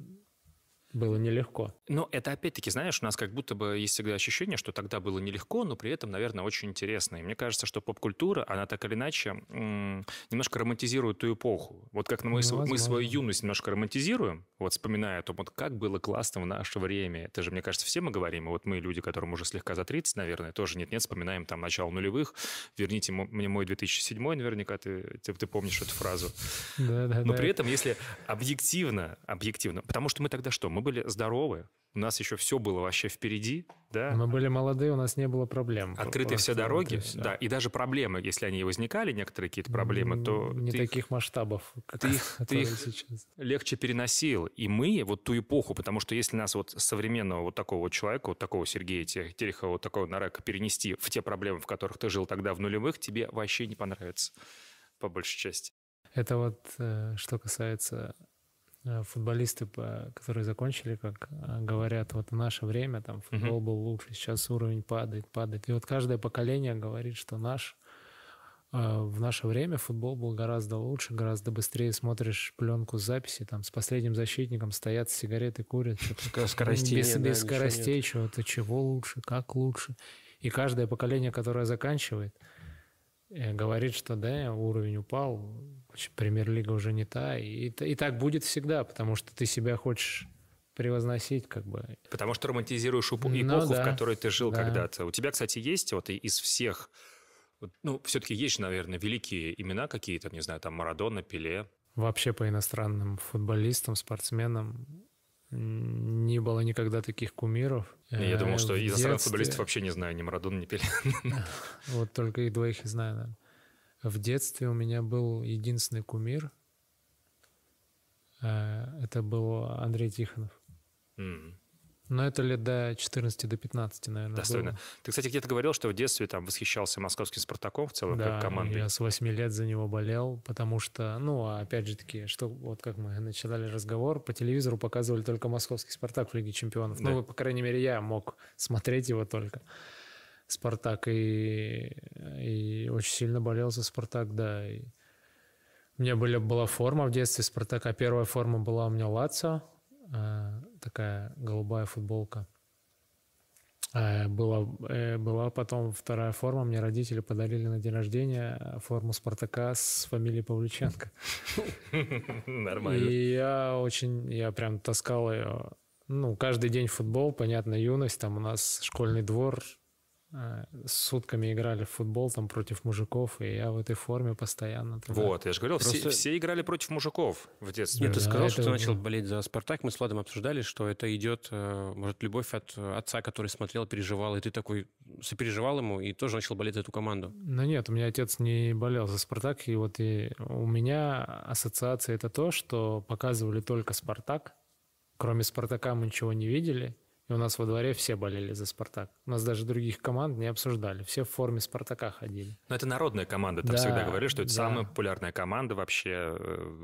было нелегко. Но это опять-таки, знаешь, у нас как будто бы есть всегда ощущение, что тогда было нелегко, но при этом, наверное, очень интересно. И мне кажется, что поп-культура, она так или иначе м- немножко романтизирует ту эпоху. Вот как мы, Ну, св- мы возможно. свою юность немножко романтизируем, вот вспоминая о том, вот как было классно в наше время. Это же, мне кажется, все мы говорим, и вот мы, люди, которым уже слегка за тридцать, наверное, тоже нет-нет, вспоминаем там начало нулевых. Верните мо- мне мой две тысячи седьмой, наверняка ты, ты, ты помнишь эту фразу. Да, да, Но да. при этом, если объективно, объективно, потому что мы тогда что? Мы были здоровы, у нас еще все было вообще впереди, да? Мы были молодые, у нас не было проблем. Открыты Просто все вот дороги, и всё. да, и даже проблемы, если они и возникали, некоторые какие-то проблемы, то Не ты таких масштабов, как ты их- ты которые их- сейчас. легче переносил. И мы вот ту эпоху, потому что если нас вот современного вот такого вот человека, вот такого Сергея Те- Терехова, вот такого Нарека перенести в те проблемы, в которых ты жил тогда в нулевых, тебе вообще не понравится, по большей части. Это вот э, что касается э, футболисты, по- которые закончили, как э, говорят, вот в наше время там футбол был лучше, сейчас уровень падает, падает. И вот каждое поколение говорит, что наш э, в наше время футбол был гораздо лучше, гораздо быстрее смотришь пленку с записи, там с последним защитником стоят, сигареты курят, что-то Скоростей без, нет, да, без ничего скоростей, нет. чего-то, чего лучше, как лучше. И каждое поколение, которое заканчивает, э, говорит, что да, уровень упал, премьер-лига уже не та. И, и так будет всегда, потому что ты себя хочешь превозносить, как бы. Потому что романтизируешь эпо- Ну эпоху, да, в которой ты жил да. когда-то. У тебя, кстати, есть вот и- из всех... вот, ну, все-таки есть, наверное, великие имена какие-то, не знаю, там Марадона, Пеле. Вообще по иностранным футболистам, спортсменам м, не было никогда таких кумиров. И Я Э, думал, что в иностранных детстве- футболистов вообще не знаю, ни Марадона, ни Пеле. Вот только их двоих и знаю, наверное. В детстве у меня был единственный кумир. Э, Это был Андрей Тихонов. М, Но это лет до четырнадцати, до пятнадцати, наверное, Достойно. было. Ты, кстати, где-то говорил, что в детстве там восхищался московским «Спартаком» в целом, Да, как командой. я с восьми лет за него болел, потому что, ну, а опять же таки, что вот как мы начинали разговор, по телевизору показывали только московский «Спартак» в Лиге чемпионов. Да. Ну, по крайней мере, я мог смотреть его только. «Спартак», и, и очень сильно болел за «Спартак», да. И у меня были, была форма в детстве «Спартака». Первая форма была у меня «Лацио», э, такая голубая футболка. Э, Была, э, была потом вторая форма. Мне родители подарили на день рождения э, форму «Спартака» с фамилией Павлюченко. Нормально. И я очень, я прям таскал ее, ну, каждый день в футбол, понятно, юность, там у нас школьный двор, сутками играли в футбол там против мужиков, и я в этой форме постоянно. Туда. Вот, я же говорил, Просто... все, все играли против мужиков в детстве. Нет, ты Да, сказал, это что ты было. начал болеть за «Спартак». Мы с Владом обсуждали, что это идет, может, любовь от отца, который смотрел, переживал, и ты такой сопереживал ему и тоже начал болеть за эту команду. Ну нет, у меня отец не болел за «Спартак», и вот и у меня ассоциация это то, что показывали только «Спартак». Кроме «Спартака» мы ничего не видели. И у нас во дворе все болели за «Спартак». У нас даже других команд не обсуждали. Все в форме «Спартака» ходили. Но это народная команда. Там да, всегда говорили, что это да. самая популярная команда вообще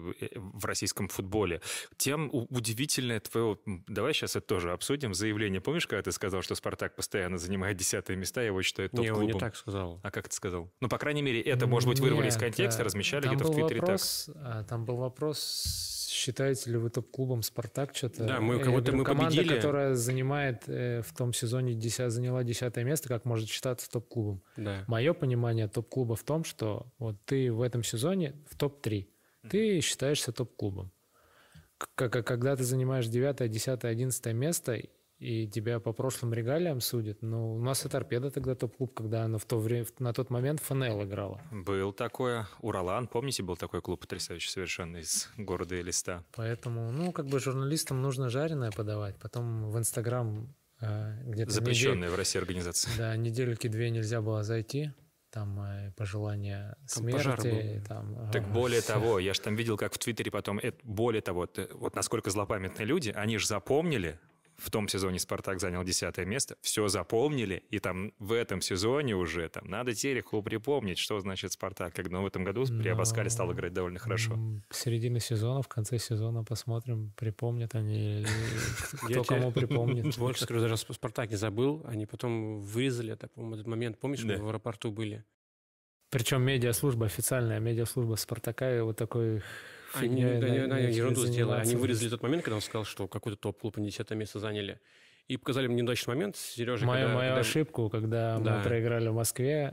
в российском футболе. Тем удивительное твое... Давай сейчас это тоже обсудим. Заявление. Помнишь, когда ты сказал, что «Спартак» постоянно занимает десятые места, его считают топ-клубом? Не, он не так сказал. А как ты сказал? Ну, по крайней мере, это, может быть, вырвали Нет, из контекста, размещали там где-то в Твиттере вопрос, так. Там был вопрос... Считаете ли вы топ-клубом «Спартак» что-то? Да, мы кого-то мы команда, победили. которая занимает э, в том сезоне десят, заняла десятое место, как может считаться топ-клубом? Да. Мое понимание топ-клуба в том, что вот ты в этом сезоне в топ-три. Ты считаешься топ-клубом. Как, когда ты занимаешь девятое, десятое, одиннадцатое место, и тебя по прошлым регалиям судят. Ну, у нас и «Торпедо» тогда топ-клуб, когда она в то время, на тот момент ФНЛ играла. Был такое. Уралан, помните, был такой клуб потрясающий совершенно из города Элиста. Поэтому, ну, как бы журналистам нужно жареное подавать. Потом в Инстаграм э, где-то... Запрещенная недель... в России организация. Да, недельки-две нельзя было зайти. Там э, пожелания смерти. Там, так более того, я же там видел, как в Твиттере потом... Это, более того, это, вот насколько злопамятные люди, они же запомнили... В том сезоне «Спартак» занял десятое место. Все запомнили. И там в этом сезоне уже там надо Терехову припомнить, что значит «Спартак». Когда в этом году при Абаскале стал играть довольно хорошо. Середина сезона, в конце сезона посмотрим, припомнят они, кто кому припомнит. Больше скажу, даже «Спартак» не забыл. Они потом вырезали, это, по-моему, этот момент. Помнишь, мы в аэропорту были? Причем медиаслужба, официальная медиаслужба «Спартака», и вот такой... Они, фигня, они, на, они ерунду сделали. Они вырезали тот момент, когда он сказал, что какой-то топ-клуб они десятое место заняли. И показали мне неудачный момент. Сережа, мою когда, мою когда... ошибку, когда да. мы проиграли в Москве,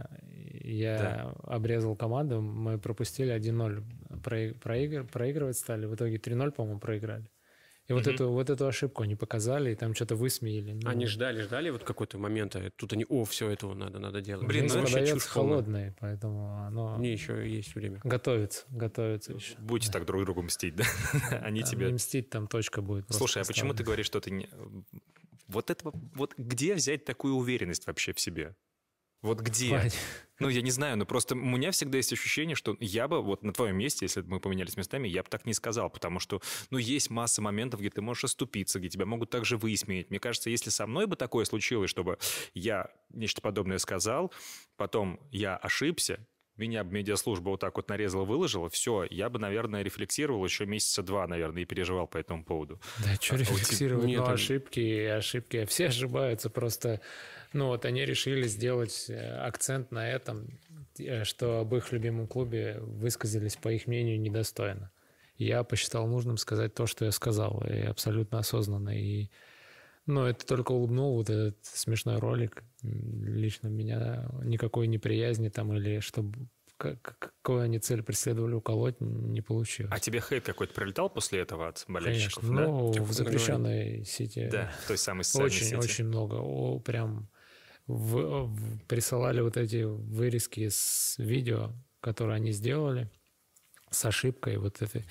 я да. обрезал команду, мы пропустили один ноль. Проигр... Проигрывать стали. В итоге три ноль, по-моему, проиграли. И вот, mm-hmm. эту, вот эту ошибку они показали, и там что-то высмеяли. Ну, они ждали, ждали вот какой-то момент, а тут они, о, все, этого надо, надо делать. Блин, ну продается холодное, поэтому оно... Мне еще есть время. Готовится, готовится еще. Будете да. так друг другу мстить, да? Они там тебе... Не мстить, там точка будет. Слушай, а почему ты говоришь, что ты не... Вот это... Вот где взять такую уверенность вообще в себе? Вот где? Вань. Ну, я не знаю, но просто у меня всегда есть ощущение, что я бы вот на твоем месте, если бы мы поменялись местами, я бы так не сказал, потому что, ну, есть масса моментов, где ты можешь оступиться, где тебя могут также высмеять. Мне кажется, если со мной бы такое случилось, чтобы я нечто подобное сказал, потом я ошибся, меня бы медиаслужба вот так вот нарезала, выложила, все, я бы, наверное, рефлексировал еще месяца два, наверное, и переживал по этому поводу. Да, что а, рефлексировать? Нет, ну, там... ошибки, ошибки. Все ошибаются, просто... Ну, вот они решили сделать акцент на этом, что об их любимом клубе высказались, по их мнению, недостойно. Я посчитал нужным сказать то, что я сказал, и абсолютно осознанно. И, ну, это только улыбнул вот этот смешной ролик. Лично меня никакой неприязни там или чтобы... Какую они цель преследовали уколоть, не получилось. А тебе хейт какой-то прилетал после этого от болельщиков? Конечно, да? ну, Типа, в запрещенной сети. Да, в той самой социальной очень, сети. Очень много. О, прям в, в, присылали вот эти вырезки с видео, которые они сделали с ошибкой. Вот это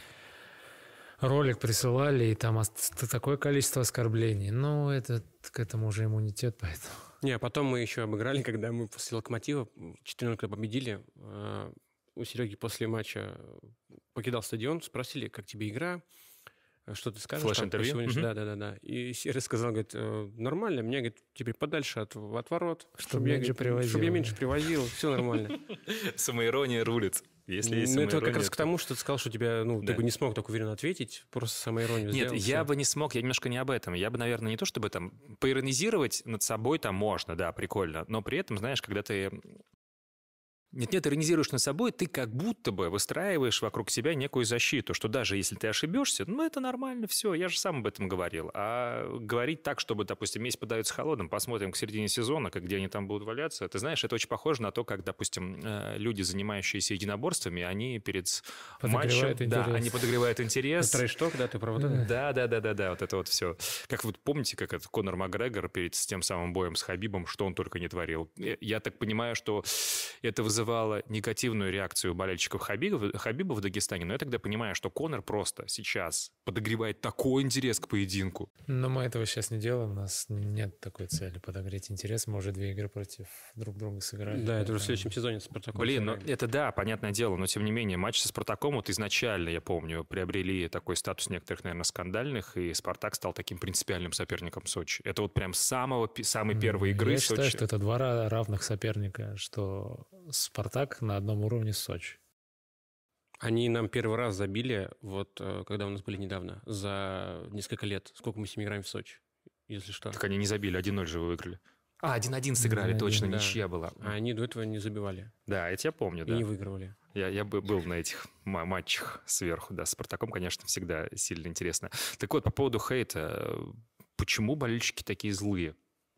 ролик присылали, и там такое количество оскорблений. Ну, это к этому уже иммунитет, поэтому... Не, а потом мы еще обыграли, когда мы после «Локомотива» четыре ноль победили. У Сереги после матча покидал стадион, спросили, как тебе игра, что ты скажешь. Флэш-интервью? Mm-hmm. Да, да, да, да. И Серый сказал, говорит, нормально, мне, говорит, теперь подальше от, от ворот. Чтобы я, меньше привозил. Чтобы я меньше привозил, все нормально. Самоирония рулит. Если есть ну, это как раз к тому, что ты сказал, что тебя, ну, да. ты бы не смог так уверенно ответить, просто самоиронию Нет, сделал. я все. бы не смог, я немножко не об этом. Я бы, наверное, не то чтобы там поиронизировать над собой там можно, да, прикольно, но при этом, знаешь, когда ты Нет-нет, иронизируешь над собой, ты как будто бы выстраиваешь вокруг себя некую защиту, что даже если ты ошибешься, ну, это нормально, все, я же сам об этом говорил. А говорить так, чтобы, допустим, месть подается холодным, посмотрим к середине сезона, как где они там будут валяться, ты знаешь, это очень похоже на то, как, допустим, люди, занимающиеся единоборствами, они перед матчем... Да, они подогревают интерес. Трейш-ток, да, ты прав? Да, да, да, да, да, вот это вот все. Как вы помните, как это Конор Макгрегор перед тем самым боем с Хабибом, что он только не творил. Я так понимаю, что это вызывает вызывало негативную реакцию болельщиков Хабиба, Хабиба в Дагестане, но я тогда понимаю, что Конор просто сейчас подогревает такой интерес к поединку. Но мы этого сейчас не делаем, у нас нет такой цели подогреть интерес, мы уже две игры против друг друга сыграли. Да, это уже в следующем сезоне с Спартаком. Блин, ну это да, понятное дело, но тем не менее, матч со Спартаком вот изначально, я помню, приобрели такой статус некоторых, наверное, скандальных, и Спартак стал таким принципиальным соперником Сочи. Это вот прям с самого, самой первой игры я Сочи. Я считаю, что это два равных соперника, что Спартак на одном уровне с Сочи. Они нам первый раз забили, вот когда у нас были недавно, за несколько лет. Сколько мы с ними играем в Сочи, если что. Так они не забили, один ноль же вы выиграли. А, один-один сыграли, точно, да. Ничья была. А они до этого не забивали. Да, это я помню, и да. И не выигрывали. Я, я бы был на этих матчах сверху, да. С Спартаком, конечно, всегда сильно интересно. Так вот, по поводу хейта. Почему болельщики такие злые?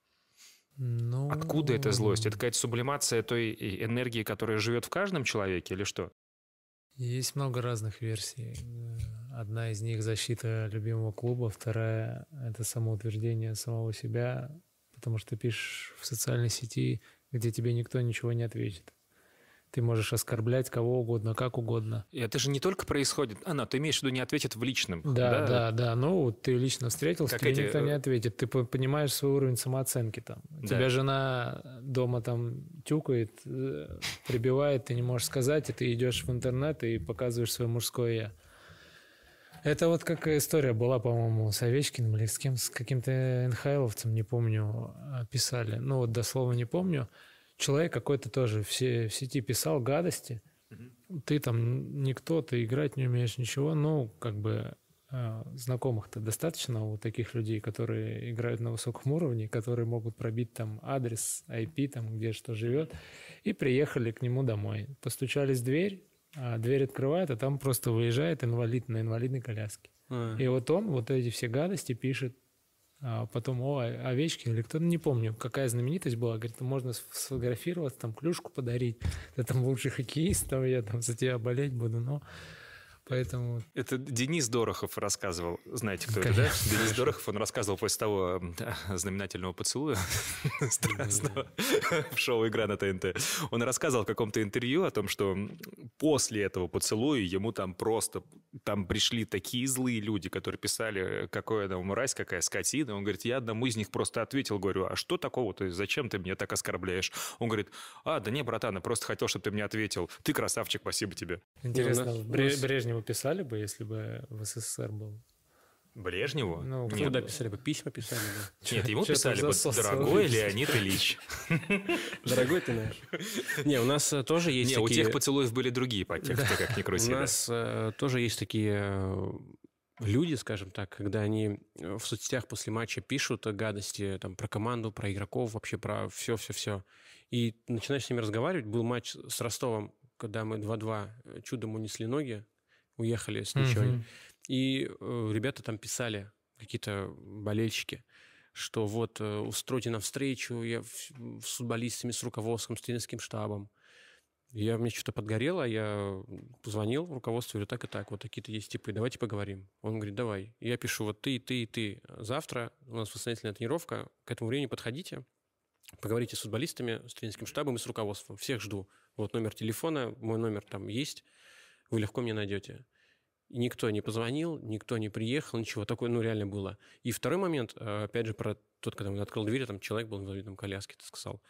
Ну... Откуда эта злость? Это какая-то сублимация той энергии, которая живет в каждом человеке, или что? Есть много разных версий. Одна из них — защита любимого клуба, вторая — это самоутверждение самого себя, потому что ты пишешь в социальной сети, где тебе никто ничего не ответит. Ты можешь оскорблять кого угодно, как угодно. И это же не только происходит... А, ну, ты имеешь в виду, не ответит в личном. Да, да, да. да. Ну, ты лично встретился, как тебе эти... никто не ответит. Ты понимаешь свой уровень самооценки там. Да. Тебя жена дома там тюкает, прибивает, ты не можешь сказать, и ты идешь в интернет и показываешь свое мужское «я». Это вот как история была, по-моему, с Овечкиным или с кем, с каким-то эн ха эловцем, не помню, писали. Ну, вот дословно не помню. Человек какой-то тоже в сети писал гадости. Mm-hmm. Ты там никто, ты играть не умеешь, ничего. Ну, как бы э, знакомых-то достаточно у таких людей, которые играют на высоком уровне, которые могут пробить там адрес, ай пи, там, где что живет. И приехали к нему домой. Постучались в дверь, а дверь открывает, а там просто выезжает инвалид на инвалидной коляске. Mm-hmm. И вот он вот эти все гадости пишет. А потом, о, Овечкин или кто-то, не помню, какая знаменитость была, говорит, можно сфотографироваться, там, клюшку подарить, ты там лучший хоккеист, там, я там за тебя болеть буду, но поэтому... Это Денис Дорохов рассказывал, знаете, кто Конечно. это, да? Денис Дорохов, он рассказывал после того да, знаменательного поцелуя страстного в шоу «Игра» на тэ эн тэ. Он рассказывал в каком-то интервью о том, что после этого поцелуя ему там просто, там пришли такие злые люди, которые писали, какой она мразь, какая скотина. Он говорит, я одному из них просто ответил, говорю, а что такого-то, зачем ты меня так оскорбляешь? Он говорит, а, да не, братан, я просто хотел, чтобы ты мне ответил. Ты красавчик, спасибо тебе. Интересно, Брежневу писали бы, если бы в эс эс эс эр был? Брежневу? Ну, куда писали бы? Письма писали бы. Нет, ему писали бы, дорогой Леонид Ильич. Дорогой ты наш. Не, у нас тоже есть такие... Не, у тех поцелуев были другие подтексты, как ни крути. У нас тоже есть такие люди, скажем так, когда они в соцсетях после матча пишут гадости там, про команду, про игроков, вообще про все-все-все. И начинаешь с ними разговаривать. Был матч с Ростовом, когда мы два-два чудом унесли ноги, уехали с ничего. Mm-hmm. И э, ребята там писали, какие-то болельщики, что вот э, устройте нам встречу я, в, с футболистами, с руководством, с тренерским штабом. Я, мне что-то подгорело, я позвонил в руководство, говорю, так и так, вот такие-то есть типы, давайте поговорим. Он говорит, давай. И я пишу, вот ты, ты и ты. Завтра у нас восстановительная тренировка, к этому времени подходите, поговорите с футболистами, с тренерским штабом и с руководством. Всех жду. Вот номер телефона, мой номер там есть, вы легко меня найдете. И никто не позвонил, никто не приехал, ничего. Такое, ну, реально было. И второй момент, опять же, про тот, когда он открыл дверь, там человек был в инвалидном коляске, ты сказал.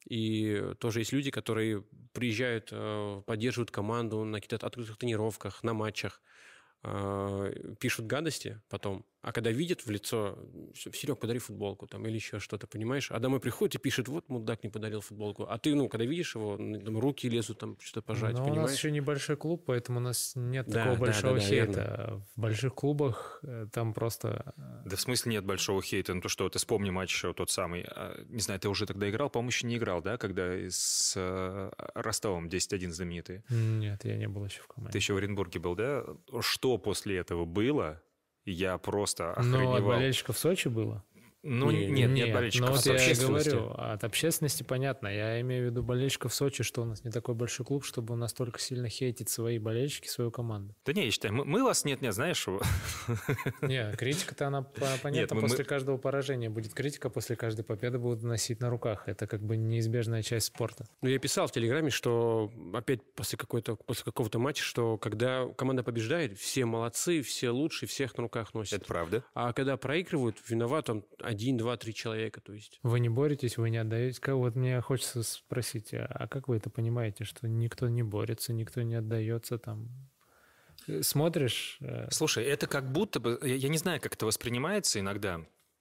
И тоже есть люди, которые приезжают, поддерживают команду на каких-то открытых тренировках, на матчах, пишут гадости потом, А когда видят в лицо, Серег, подари футболку там, или еще что-то, понимаешь? А домой приходит и пишет, вот мудак не подарил футболку. А ты, ну, когда видишь его, там, руки лезут, там, что-то пожать, Но понимаешь? у нас еще небольшой клуб, поэтому у нас нет Да, такого да, большого да, да, хейта. верно. В больших клубах э, там просто... э, Да в смысле нет большого хейта? Ну то что, ты вспомни матч э, тот самый. а, Не знаю, ты уже тогда играл? По-моему, еще не играл, да? Когда с э, Ростовом десять один знаменитый. Нет, я не был еще в команде. Ты еще в Оренбурге был, да? Что после этого было? Я просто Но от охреневал. болельщиков Сочи было? Ну Не, нет, нет, Нет, болельщиков. но а вот я и общественности. говорю, от общественности понятно. Я имею в виду болельщиков Сочи, что у нас не такой большой клуб, чтобы настолько сильно хейтить свои болельщики, свою команду. Да не, я считаю, мы, мы вас нет-нет, знаешь, Не, критика-то она по- понятно, Нет, мы- после мы- каждого поражения будет критика, после каждой победы будут носить на руках. Это как бы неизбежная часть спорта. Ну, я писал в Телеграме, что опять после, какой-то, после какого-то матча, что когда команда побеждает, все молодцы, все лучшие, всех на руках носят. это правда. А когда проигрывают, виноват там один, два, три человека, то есть. Вы не боретесь, вы не отдаете. Как, вот мне хочется спросить, а а как вы это понимаете, что никто не борется, никто не отдается там? Э, Смотришь, э, Слушай, это как будто бы, я, я не знаю, как это воспринимается иногда.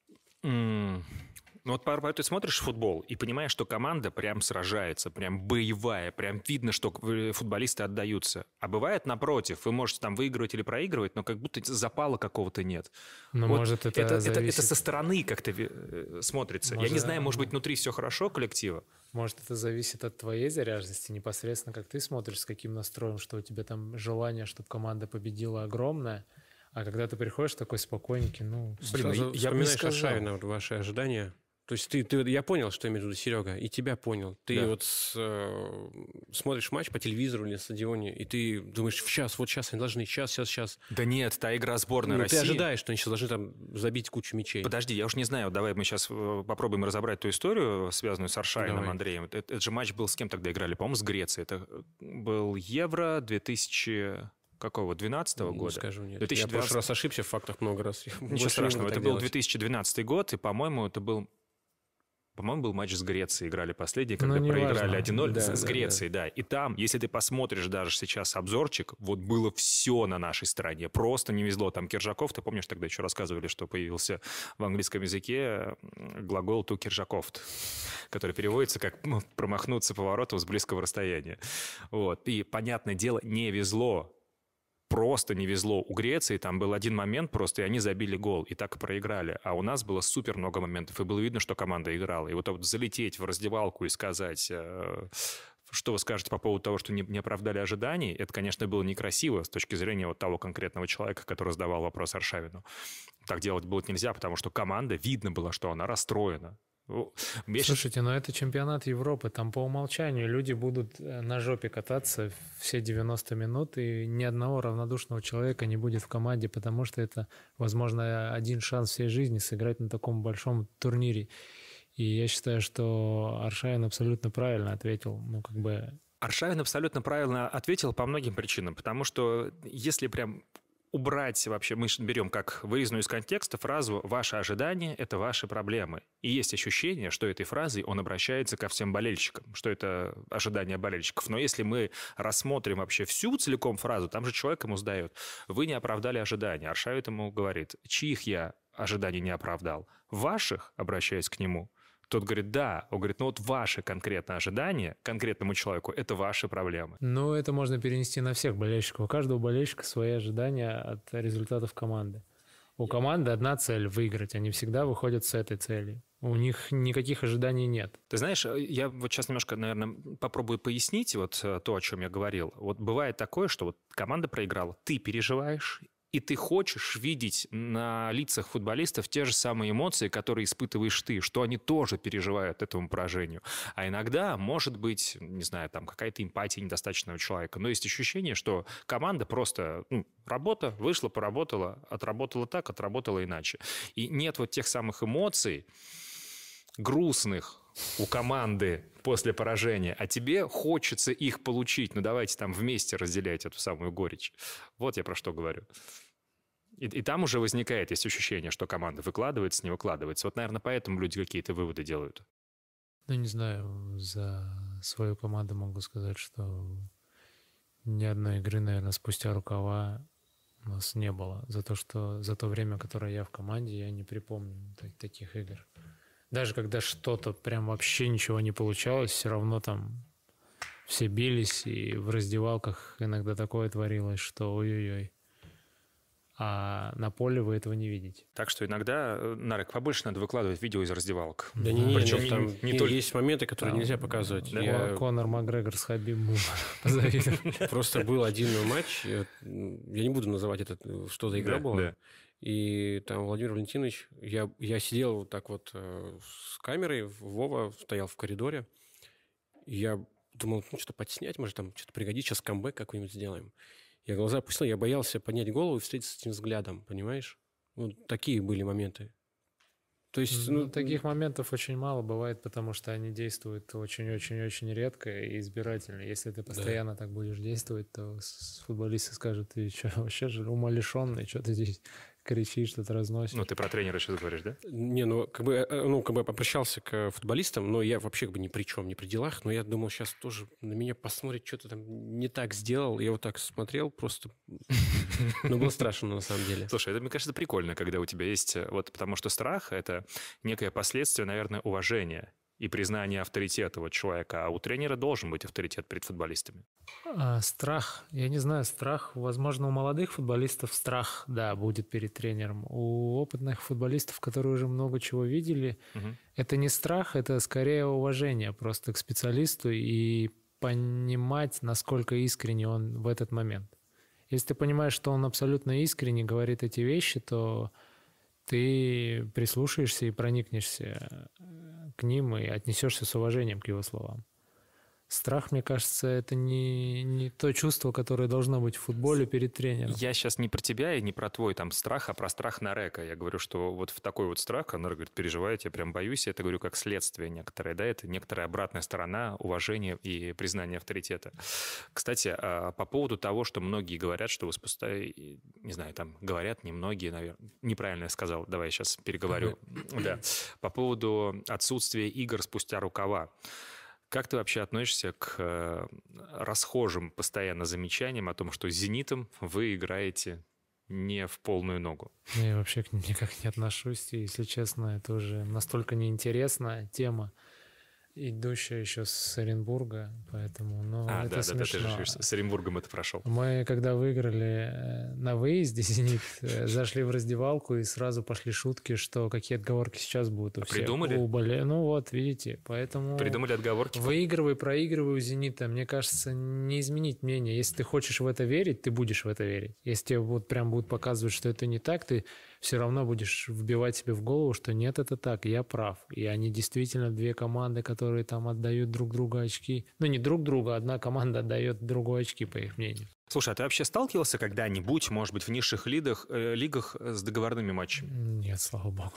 М, Ну вот порой ты смотришь футбол и понимаешь, что команда прям сражается, прям боевая, прям видно, что э, футболисты отдаются. А бывает напротив, вы можете там выигрывать или проигрывать, но как будто запала какого-то нет. ну, Вот может, это, это, это, зависит, это со стороны как-то э, смотрится. Я не Может, знаю, может быть, внутри все хорошо коллектива. может, это зависит от твоей заряженности, непосредственно, как ты смотришь, с каким настроем, что у тебя там желание, чтобы команда победила, огромное, а когда ты приходишь такой спокойненький, ну, Блин, Сразу я бы не вспоминаешь сказал. Аршавина, вот ваши ожидания. То есть ты, ты, я понял, что имеет в виду Серега, и тебя понял. Ты Да. вот с, э, смотришь матч по телевизору или на стадионе, и ты думаешь, сейчас, вот сейчас они должны, сейчас, сейчас, сейчас. Да нет, та игра сборной Ну, России. ты ожидаешь, что они сейчас должны там забить кучу мячей. Подожди, я уж не знаю, давай мы сейчас попробуем разобрать ту историю, связанную с Аршавиным Давай. Андреем. Это, этот же матч был, с кем тогда играли? По-моему, с Грецией. Это был Евро две тысячи... Какого? двенадцатого Не года? скажу, нет. две тысячи Я в прошлый двенадцатого. раз ошибся в фактах много раз. Ничего страшного. Это был две тысячи двенадцатый год, и, по-моему, это был... По-моему, был матч с Грецией, играли последний, когда Ну, не проиграли важно. один ноль Да, с, да, с Грецией, да. И там, если ты посмотришь даже сейчас обзорчик, вот было все на нашей стороне. Просто не везло. Там Киржаков, ты помнишь, тогда еще рассказывали, что появился в английском языке глагол «to Киржаковт», который переводится как ну, «промахнуться поворотом с близкого расстояния». Вот. И, понятное дело, не везло. Просто не везло у Греции, там был один момент просто, и они забили гол, и так и проиграли. А у нас было супер много моментов, и было видно, что команда играла. И вот, вот залететь в раздевалку и сказать, э, что вы скажете по поводу того, что не, не оправдали ожиданий, это, конечно, было некрасиво с точки зрения вот того конкретного человека, который задавал вопрос Аршавину. Так делать было нельзя, потому что команда, видно было, что она расстроена. Ну, я щас- Слушайте, но это чемпионат Европы, там по умолчанию люди будут э, на жопе кататься все девяносто минут, и ни одного равнодушного человека не будет в команде, потому что это, возможно, один шанс всей жизни сыграть на таком большом турнире. И я считаю, что Аршавин абсолютно правильно ответил, ну, как бы... Аршавин абсолютно правильно ответил по многим причинам, потому что если прям убрать вообще, мы ж берем как вырезанную из контекста фразу «Ваши ожидания – это ваши проблемы». И есть ощущение, что этой фразой он обращается ко всем болельщикам, что это ожидания болельщиков. Но если мы рассмотрим вообще всю целиком фразу, там же человек ему сдает «Вы не оправдали ожидания». Аршавин ему говорит «Чьих я ожиданий не оправдал? Ваших?» обращаясь к нему. Тот говорит, да. Он говорит, ну вот ваши конкретно ожидания конкретному человеку – это ваши проблемы. Ну, это можно перенести на всех болельщиков. У каждого болельщика свои ожидания от результатов команды. У команды одна цель – выиграть. Они всегда выходят с этой целью. У них никаких ожиданий нет. Ты знаешь, я вот сейчас немножко, наверное, попробую пояснить вот то, о чем я говорил. Вот бывает такое, что вот команда проиграла, ты переживаешь, и ты хочешь видеть на лицах футболистов те же самые эмоции, которые испытываешь ты, что они тоже переживают этому поражению. А иногда, может быть, не знаю, там какая-то эмпатия недостаточного человека, но есть ощущение, что команда просто, ну, работа, вышла, поработала, отработала так, отработала иначе. И нет вот тех самых эмоций грустных у команды после поражения, а тебе хочется их получить. Ну, давайте там вместе разделять эту самую горечь. Вот я про что говорю. И, и там уже возникает есть ощущение, что команда выкладывается, не выкладывается. Вот, наверное, поэтому люди какие-то выводы делают. Ну, не знаю, за свою команду могу сказать, что ни одной игры, наверное, спустя рукава у нас не было. За то, что за то время, которое я в команде, я не припомню так, таких игр. Даже когда что-то прям вообще ничего не получалось, все равно там все бились, и в раздевалках иногда такое творилось, что ой-ой-ой. А на поле вы этого не видите. Так что иногда, Нарек, побольше надо выкладывать видео из раздевалок. Да не, не, Причем не, там не не только... есть моменты, которые Там, нельзя показывать. Да? Я... Конор Макгрегор с Хабибом позавидовали. Просто был один матч, я не буду называть это, что за игра была. И там Владимир Валентинович, я, я сидел вот так вот с камерой, Вова стоял в коридоре, и я думал, ну, что-то подснять, может, там что-то пригодится, сейчас камбэк какой-нибудь сделаем. Я глаза опустил, я боялся поднять голову и встретиться с этим взглядом, понимаешь? Ну, такие были моменты. То есть, ну, ну, таких моментов очень мало бывает, потому что они действуют очень-очень-очень редко и избирательно. Если ты постоянно да. так будешь действовать, то футболисты скажут, ты что, вообще же умалишенный, что ты здесь кричишь, что-то разносишь. Ну, ты про тренера сейчас говоришь, да? Не, ну, как бы, ну, как бы обращался к футболистам, но я вообще как бы ни при чем, ни при делах, но я думал, сейчас тоже на меня посмотрит, что-то там не так сделал. Я вот так смотрел, просто... Ну, было страшно на самом деле. Слушай, это, мне кажется, прикольно, когда у тебя есть... Вот потому что страх — это некое последствие, наверное, уважения и признание авторитета вот человека, а у тренера должен быть авторитет перед футболистами. А, страх, я не знаю, страх, возможно, у молодых футболистов страх, да, будет перед тренером. У опытных футболистов, которые уже много чего видели, угу. это не страх, это скорее уважение просто к специалисту и понимать, насколько искренне он в этот момент. Если ты понимаешь, что он абсолютно искренне говорит эти вещи, то ты прислушаешься и проникнешься к ним и отнесешься с уважением к его словам. Страх, мне кажется, это не, не то чувство, которое должно быть в футболе перед тренером. Я сейчас не про тебя и не про твой там страх, а про страх Нарека. Я говорю, что вот в такой вот страх, а Нарек говорит, переживаете, я прям боюсь, я это говорю как следствие некоторое, да, это некоторая обратная сторона уважения и признания авторитета. Кстати, по поводу того, что многие говорят, что воспускай, не знаю, там говорят, не многие, наверное, неправильно я сказал, давай я сейчас переговорю. Да. По поводу отсутствия игр спустя рукава. Как ты вообще относишься к расхожим постоянно замечаниям о том, что с «Зенитом» вы играете не в полную ногу? Я вообще к ним никак не отношусь, и, если честно, это уже настолько неинтересная тема, идущая еще с Оренбурга, поэтому, ну, а, это да, смешно. Да, да, ты же с Оренбургом это прошел. Мы, когда выиграли на выезде «Зенит», зашли в раздевалку и сразу пошли шутки, что какие отговорки сейчас будут у всех. Придумали? У боле... Ну вот, видите, поэтому... Придумали отговорки? Выигрывай, проигрывай у «Зенита», мне кажется, не изменить мнение. Если ты хочешь в это верить, ты будешь в это верить. Если тебе вот прям будут показывать, что это не так, ты все равно будешь вбивать себе в голову, что нет, это так, я прав. И они действительно две команды, которые там отдают друг другу очки. Ну, не друг другу, одна команда отдает другу очки, по их мнению. Слушай, а ты вообще сталкивался когда-нибудь, может быть, в низших лигах, э, лигах с договорными матчами? Нет, слава богу.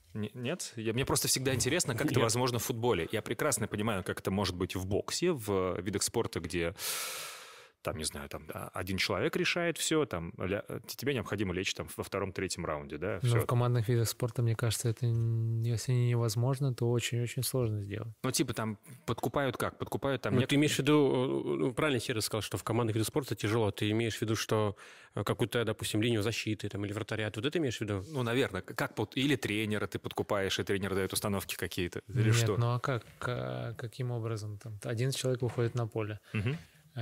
Нет? Я, мне просто всегда интересно, как Нет. это возможно в футболе. Я прекрасно понимаю, как это может быть в боксе, в видах спорта, где... Там, не знаю, там один человек решает все, там ля... тебе необходимо лечь там во втором-третьем раунде, да? Но все. в командных видах спорта, мне кажется, это, если не невозможно, то очень-очень сложно сделать. Ну, типа там подкупают как? Подкупают там... Ну, нек... ты имеешь в виду, ну, правильно Серый сказал, что в командных видах спорта тяжело. Ты имеешь в виду, что какую-то, допустим, линию защиты там, или вратаря, вот это имеешь в виду? Ну, наверное. Как под... Или тренера ты подкупаешь, и тренер дает установки какие-то, или Нет, что? ну а как? Каким образом? Там один человек выходит на поле. Угу.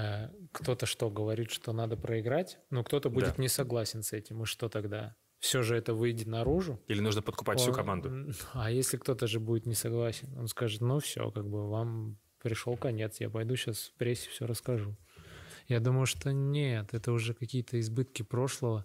Кто-то что, говорит, что надо проиграть, но кто-то будет да. не согласен с этим, и что тогда? Все же это выйдет наружу. Или нужно подкупать он, всю команду? А если кто-то же будет не согласен? Он скажет, ну все, как бы вам пришел конец, я пойду сейчас в прессе все расскажу. Я думаю, что нет, это уже какие-то избытки прошлого.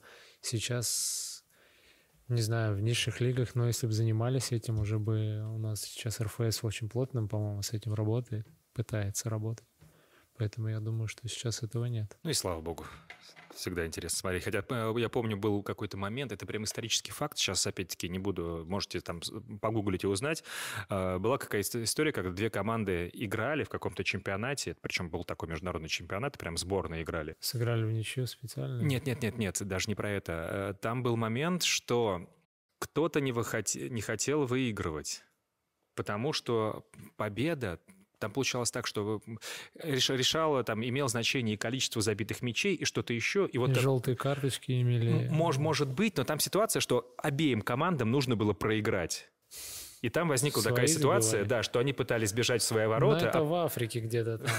Сейчас, не знаю, в низших лигах, но если бы занимались этим, уже бы у нас сейчас эр эф эс очень плотным, по-моему, с этим работает, пытается работать. Поэтому я думаю, что сейчас этого нет. Ну и слава богу. Всегда интересно смотреть. Хотя я помню, был какой-то момент, это прям исторический факт, сейчас опять-таки не буду, можете там погуглить и узнать. Была какая-то история, когда две команды играли в каком-то чемпионате, причем был такой международный чемпионат, прям сборные играли. Сыграли в ничью специально? Нет, нет, нет, нет, даже не про это. Там был момент, что кто-то не, выхот... не хотел выигрывать, потому что победа там получалось так, что решало, там, имело значение количество забитых мячей и что-то еще. И вот и так... желтые карточки имели. Мож, может быть, но там ситуация, что обеим командам нужно было проиграть. И там возникла Свои такая ситуация, забивали. Да, что они пытались бежать в свои ворота. Но это а... в Африке где-то там.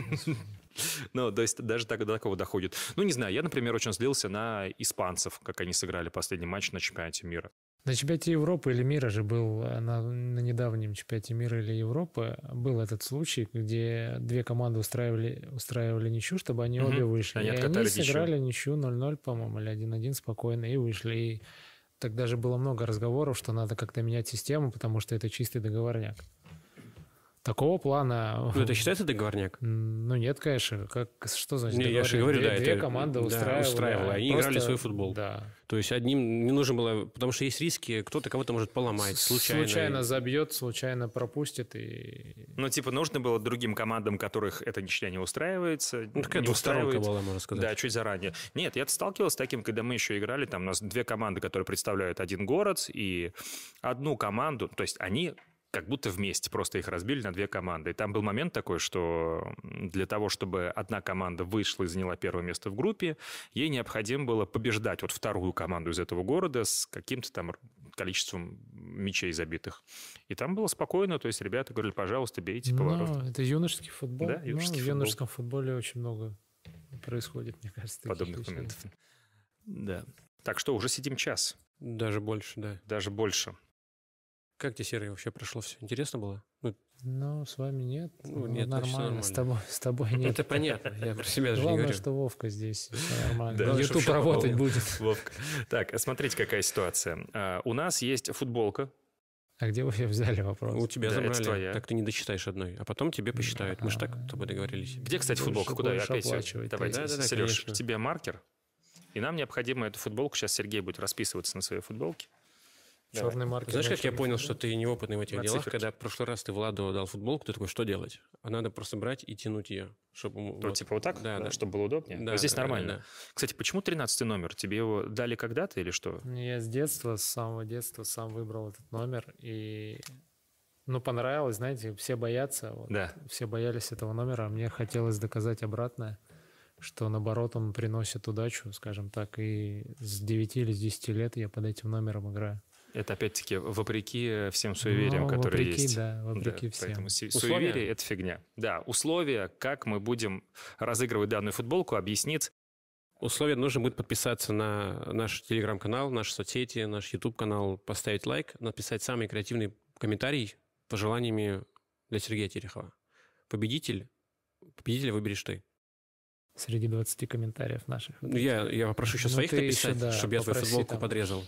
Ну, то есть даже так, до такого доходит. Ну, не знаю, я, например, очень злился на испанцев, как они сыграли последний матч на чемпионате мира. На чемпионате Европы или мира же был, на, на недавнем чемпионате мира или Европы был этот случай, где две команды устраивали, устраивали ничью, чтобы они угу. обе вышли. Они, и они сыграли ничью ноль-ноль, по-моему, или один-один спокойно и вышли. И тогда же было много разговоров, что надо как-то менять систему, потому что это чистый договорняк. Такого плана... Ну, это считается договорняк? Ну, нет, конечно. Как, что значит не, договорняк? Я же говорю, две, да. Две это, команды да, устраивали. устраивали. Они просто... играли свой футбол. Да. То есть одним не нужно было... Потому что есть риски, кто-то кого-то может поломать случайно. Случайно забьет, случайно пропустит. И... Ну, типа, нужно было другим командам, которых эта ничья не устраивается. Ну, такая двусторонка была, можно сказать. Да, чуть заранее. Нет, я сталкивался с таким, когда мы еще играли, там у нас две команды, которые представляют один город, и одну команду, то есть они... как будто вместе, просто их разбили на две команды. И там был момент такой, что для того, чтобы одна команда вышла и заняла первое место в группе, ей необходимо было побеждать вот вторую команду из этого города с каким-то там количеством мячей забитых. И там было спокойно, то есть ребята говорили, пожалуйста, бейте поворот. Ну, это юношеский футбол. Да, юношеский ну, футбол. В юношеском футболе очень много происходит, мне кажется. Подобных вещей. моментов. Да. Так что уже сидим час. Даже больше, да. Даже больше. Как тебе, Серый, вообще прошло все? Интересно было? Ну, ну с вами нет. Ну, ну, нет, нормально. нормально. С тобой, с тобой нет. Это понятно. Я про себя даже Главное, не говорю. что Вовка здесь. Все нормально. Да, YouTube работать будет. Вовка. Так, смотрите, какая ситуация. А, у нас есть футболка. А где вы ее взяли, вопрос? У тебя да, забрали. Так ты не досчитаешь одной. А потом тебе посчитают. Мы же так с тобой договорились. Где, кстати, футболка? Куда? Опять давайте. Да, да, да, Сереж, к тебе маркер. И нам необходимо эту футболку. Сейчас Сергей будет расписываться на своей футболке. Черный маркер. Знаешь, как я понял, что ты неопытный в этих делах, когда в прошлый раз ты Владу дал футболку, ты такой, что делать? А надо просто брать и тянуть ее. Чтобы... Ну, вот. Типа вот так? Да, да. Чтобы было удобнее? Да, вот здесь да, нормально. Да. Кстати, почему тринадцатый номер? Тебе его дали когда-то или что? Я с детства, с самого детства сам выбрал этот номер. И, ну, понравилось, знаете, все боятся. Вот, да. Все боялись этого номера, а мне хотелось доказать обратное, что, наоборот, он приносит удачу, скажем так. И с девяти или с десяти лет я под этим номером играю. Это, опять-таки, вопреки всем суевериям, ну, которые вопреки, есть. Да, вопреки да, всем. Поэтому суеверие – это фигня. Да, условия, как мы будем разыгрывать данную футболку, объяснит. Условия нужно будет подписаться на наш телеграм-канал, наши соцсети, наш YouTube-канал, поставить лайк, написать самый креативный комментарий пожеланиями для Сергея Терехова. Победитель, победителя выберешь ты. Среди двадцати комментариев наших. Я, я попрошу еще ну, своих написать, еще, да, чтобы я твою футболку там подрезал.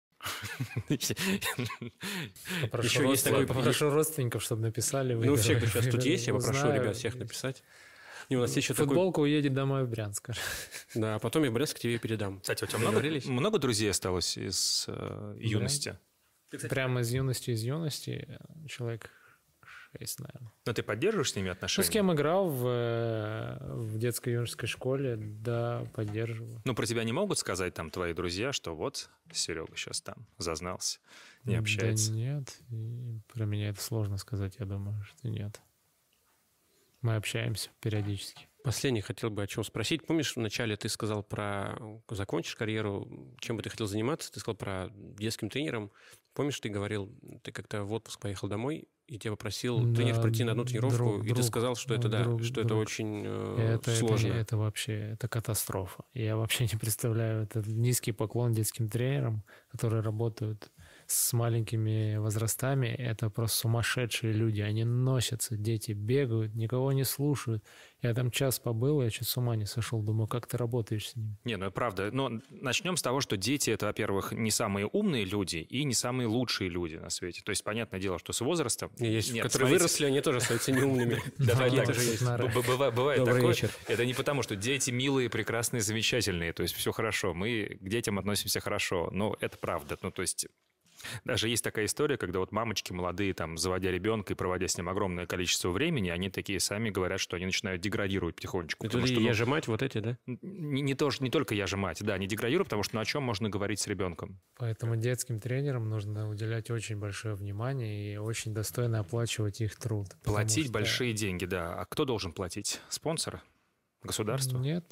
Попрошу, Еще есть такой... попрошу родственников, чтобы написали. Ну, все, кто сейчас тут есть, я попрошу ребят всех написать. И у нас еще Футболка такой... уедет домой в Брянск. Да, а потом я в Брянск тебе передам. Кстати, у тебя много, много друзей осталось из э, юности? Прямо из юности, из юности человек шесть, наверное. Но ты поддерживаешь с ними отношения? Ну, с кем играл в, в детской юношеской школе, да, поддерживаю. Ну, про тебя не могут сказать там твои друзья, что вот Серега сейчас там зазнался, не общается? Да нет, и про меня это сложно сказать, я думаю, что нет. Мы общаемся периодически. Последний хотел бы о чем спросить. Помнишь, вначале ты сказал про... Закончишь карьеру, чем бы ты хотел заниматься? Ты сказал про детским тренером. Помнишь, ты говорил, ты как-то в отпуск поехал домой, и тебя попросил да, тренер прийти на одну тренировку, друг, и друг, ты сказал, что это, да, друг, что друг. это очень э, это, сложно. Это, это вообще это катастрофа. Я вообще не представляю. Это низкий поклон детским тренерам, которые работают с маленькими возрастами. Это просто сумасшедшие люди. Они носятся, дети бегают, никого не слушают. Я там час побыл, я чуть с ума не сошел. Думаю, как ты работаешь с ними? Не, ну это правда. Но начнем с того, что дети – это, во-первых, не самые умные люди и не самые лучшие люди на свете. То есть, понятное дело, что с возрастом... Есть, Нет, которые смотрите... выросли, они тоже остаются неумными. Бывает такое. Это не потому, что дети милые, прекрасные, замечательные. То есть, все хорошо. Мы к детям относимся хорошо. Но это правда. Ну, то есть... Даже есть такая история, когда вот мамочки молодые, там, заводя ребенка и проводя с ним огромное количество времени, они такие сами говорят, что они начинают деградировать потихонечку. Это что, я ну, же мать, вот эти, да? Не, не, то, не только я же мать, да, не деградируют, потому что ну, о чем можно говорить с ребенком? Поэтому детским тренерам нужно уделять очень большое внимание и очень достойно оплачивать их труд. Платить что... большие деньги, да. А кто должен платить? Спонсор? Государство? Нет,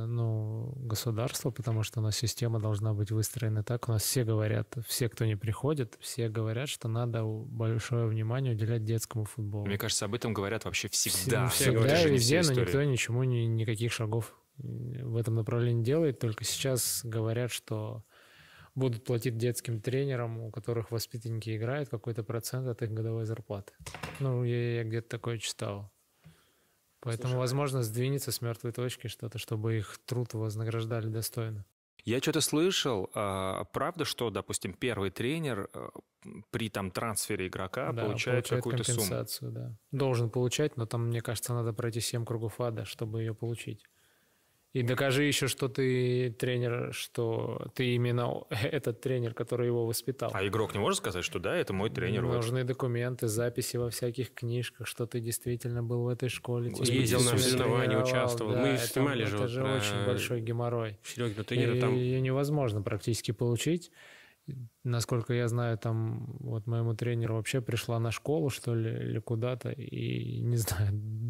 ну, государство, потому что у нас система должна быть выстроена так. У нас все говорят, все, кто не приходит, все говорят, что надо большое внимание уделять детскому футболу. Мне кажется, об этом говорят вообще всегда. Все, всегда и везде, но никто ничему, ни, никаких шагов в этом направлении делает. Только сейчас говорят, что будут платить детским тренерам, у которых воспитанники играют, какой-то процент от их годовой зарплаты. Ну, я, я где-то такое читал. Поэтому, Слушай, возможно, сдвинется с мертвой точки что-то, чтобы их труд вознаграждали достойно. Я что-то слышал, а, правда, что, допустим, первый тренер а, при там трансфере игрока да, получает, получает какую-то компенсацию, сумму? Да. Должен получать, но там, мне кажется, надо пройти семь кругов ада, чтобы ее получить. И докажи еще, что ты тренер, что ты именно этот тренер, который его воспитал. А игрок не может сказать, что да, это мой тренер? Нужны вот. документы, записи во всяких книжках, что ты действительно был в этой школе. Ездил на соревнования, участвовал. Да, Мы это, снимали это же. же про... очень большой геморрой. Серега, тренера и там... ее невозможно практически получить. Насколько я знаю, там вот моему тренеру вообще пришла на школу, что ли, или куда-то, и не знаю,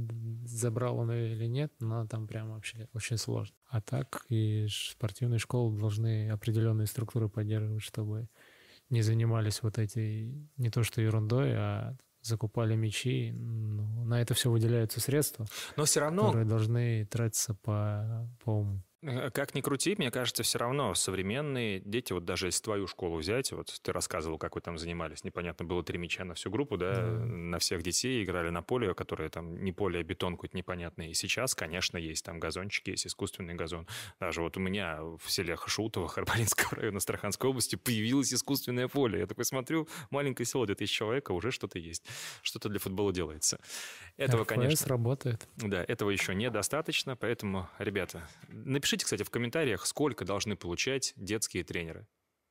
забрал он ее или нет, но там прям вообще очень сложно. А так и спортивные школы должны определенные структуры поддерживать, чтобы не занимались вот этой, не то что ерундой, а закупали мячи. Ну, на это все выделяются средства, но все равно... которые должны тратиться по, по уму. Как ни крути, мне кажется, все равно современные дети, вот даже если твою школу взять, вот ты рассказывал, как вы там занимались, непонятно, было три мяча на всю группу, да, mm. на всех детей, играли на поле, которое там не поле, а бетон какой-то непонятный. И сейчас, конечно, есть там газончики, есть искусственный газон. Даже вот у меня в селе Хашутово, Харбалинского района Астраханской области появилось искусственное поле. Я такой смотрю, маленькое село, две тысячи человек, уже что-то есть, что-то для футбола делается. Этого, эр эф эс конечно... работает. Да, этого еще недостаточно, поэтому, ребята, напишите, Напишите, кстати, в комментариях, сколько должны получать детские тренеры.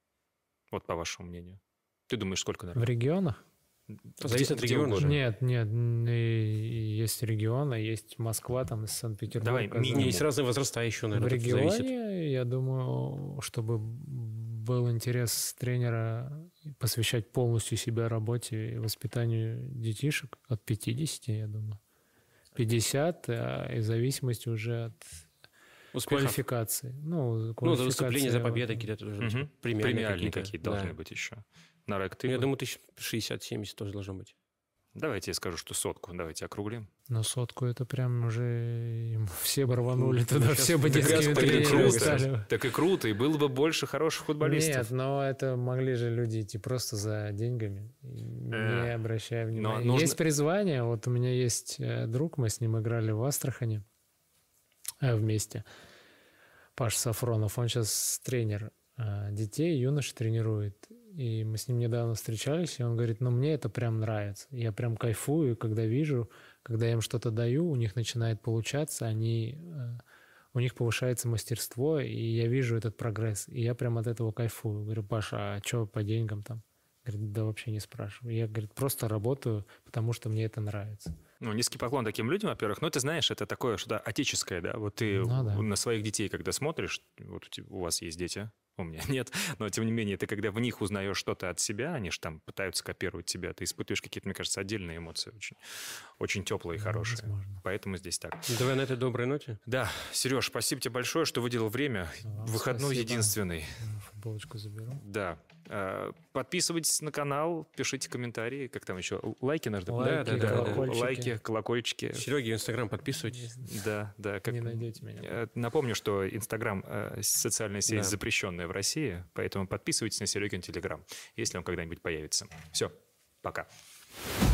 Вот по вашему мнению. Ты думаешь, сколько, наверное? В регионах? Зависит от региона. Нет, нет. Есть регионы, есть Москва, там из Санкт-Петербурга. Давай, минимум. Есть разные возраста еще, наверное. В регионе, зависит. Я думаю, чтобы был интерес тренера посвящать полностью себя работе и воспитанию детишек от пятидесяти, я думаю. пятьдесят, а в зависимости уже от... Успехов. Квалификации. Ну, ну, за выступление, за победы какие-то тоже. Угу. Премиальные, Премиальные какие-то, какие-то должны да. быть еще. Нарек, ты... Я думаю, тысяч шестьдесят-семьдесят тоже должно быть. Давайте я скажу, что сотку. Давайте округлим. Но сотку это прям уже все бы рванули ну, туда, все бы детскими тренерами стали. Так и круто, и было бы больше хороших футболистов. Нет, но это могли же люди идти просто за деньгами, не обращая внимания. Нужно... Есть призвание. Вот у меня есть друг, мы с ним играли в Астрахани вместе. Паш Сафронов, он сейчас тренер детей, юношей тренирует. И мы с ним недавно встречались, и он говорит, ну, мне это прям нравится. Я прям кайфую, когда вижу, когда я им что-то даю, у них начинает получаться, они, у них повышается мастерство, и я вижу этот прогресс. И я прям от этого кайфую. Говорю, Паша, а что по деньгам там? Говорит, да вообще не спрашиваю. Я, говорит, просто работаю, потому что мне это нравится. Ну, низкий поклон таким людям, во-первых. Ну, ты знаешь, это такое что-то отеческое, да? Вот ты ну, да. на своих детей, когда смотришь, вот у вас есть дети, у меня нет, но тем не менее, ты когда в них узнаешь что-то от себя, они же там пытаются копировать тебя, ты испытываешь какие-то, мне кажется, отдельные эмоции, очень, очень теплые и да, хорошие. Возможно. Поэтому здесь так. Давай на этой доброй ноте. Да, Сереж, спасибо тебе большое, что выделил время. Вам Выходной спасибо. Единственный. Футболочку заберу. Да. Подписывайтесь на канал, пишите комментарии, как там еще, лайки нужно? Лайки, да, да, колокольчики. Лайки, колокольчики. Сереги, Инстаграм подписывайтесь. Да, да. Как... Не найдете меня. Напомню, что Инстаграм социальная сеть да. запрещенная в России, поэтому подписывайтесь на Серегин Телеграм, если он когда-нибудь появится. Все, пока.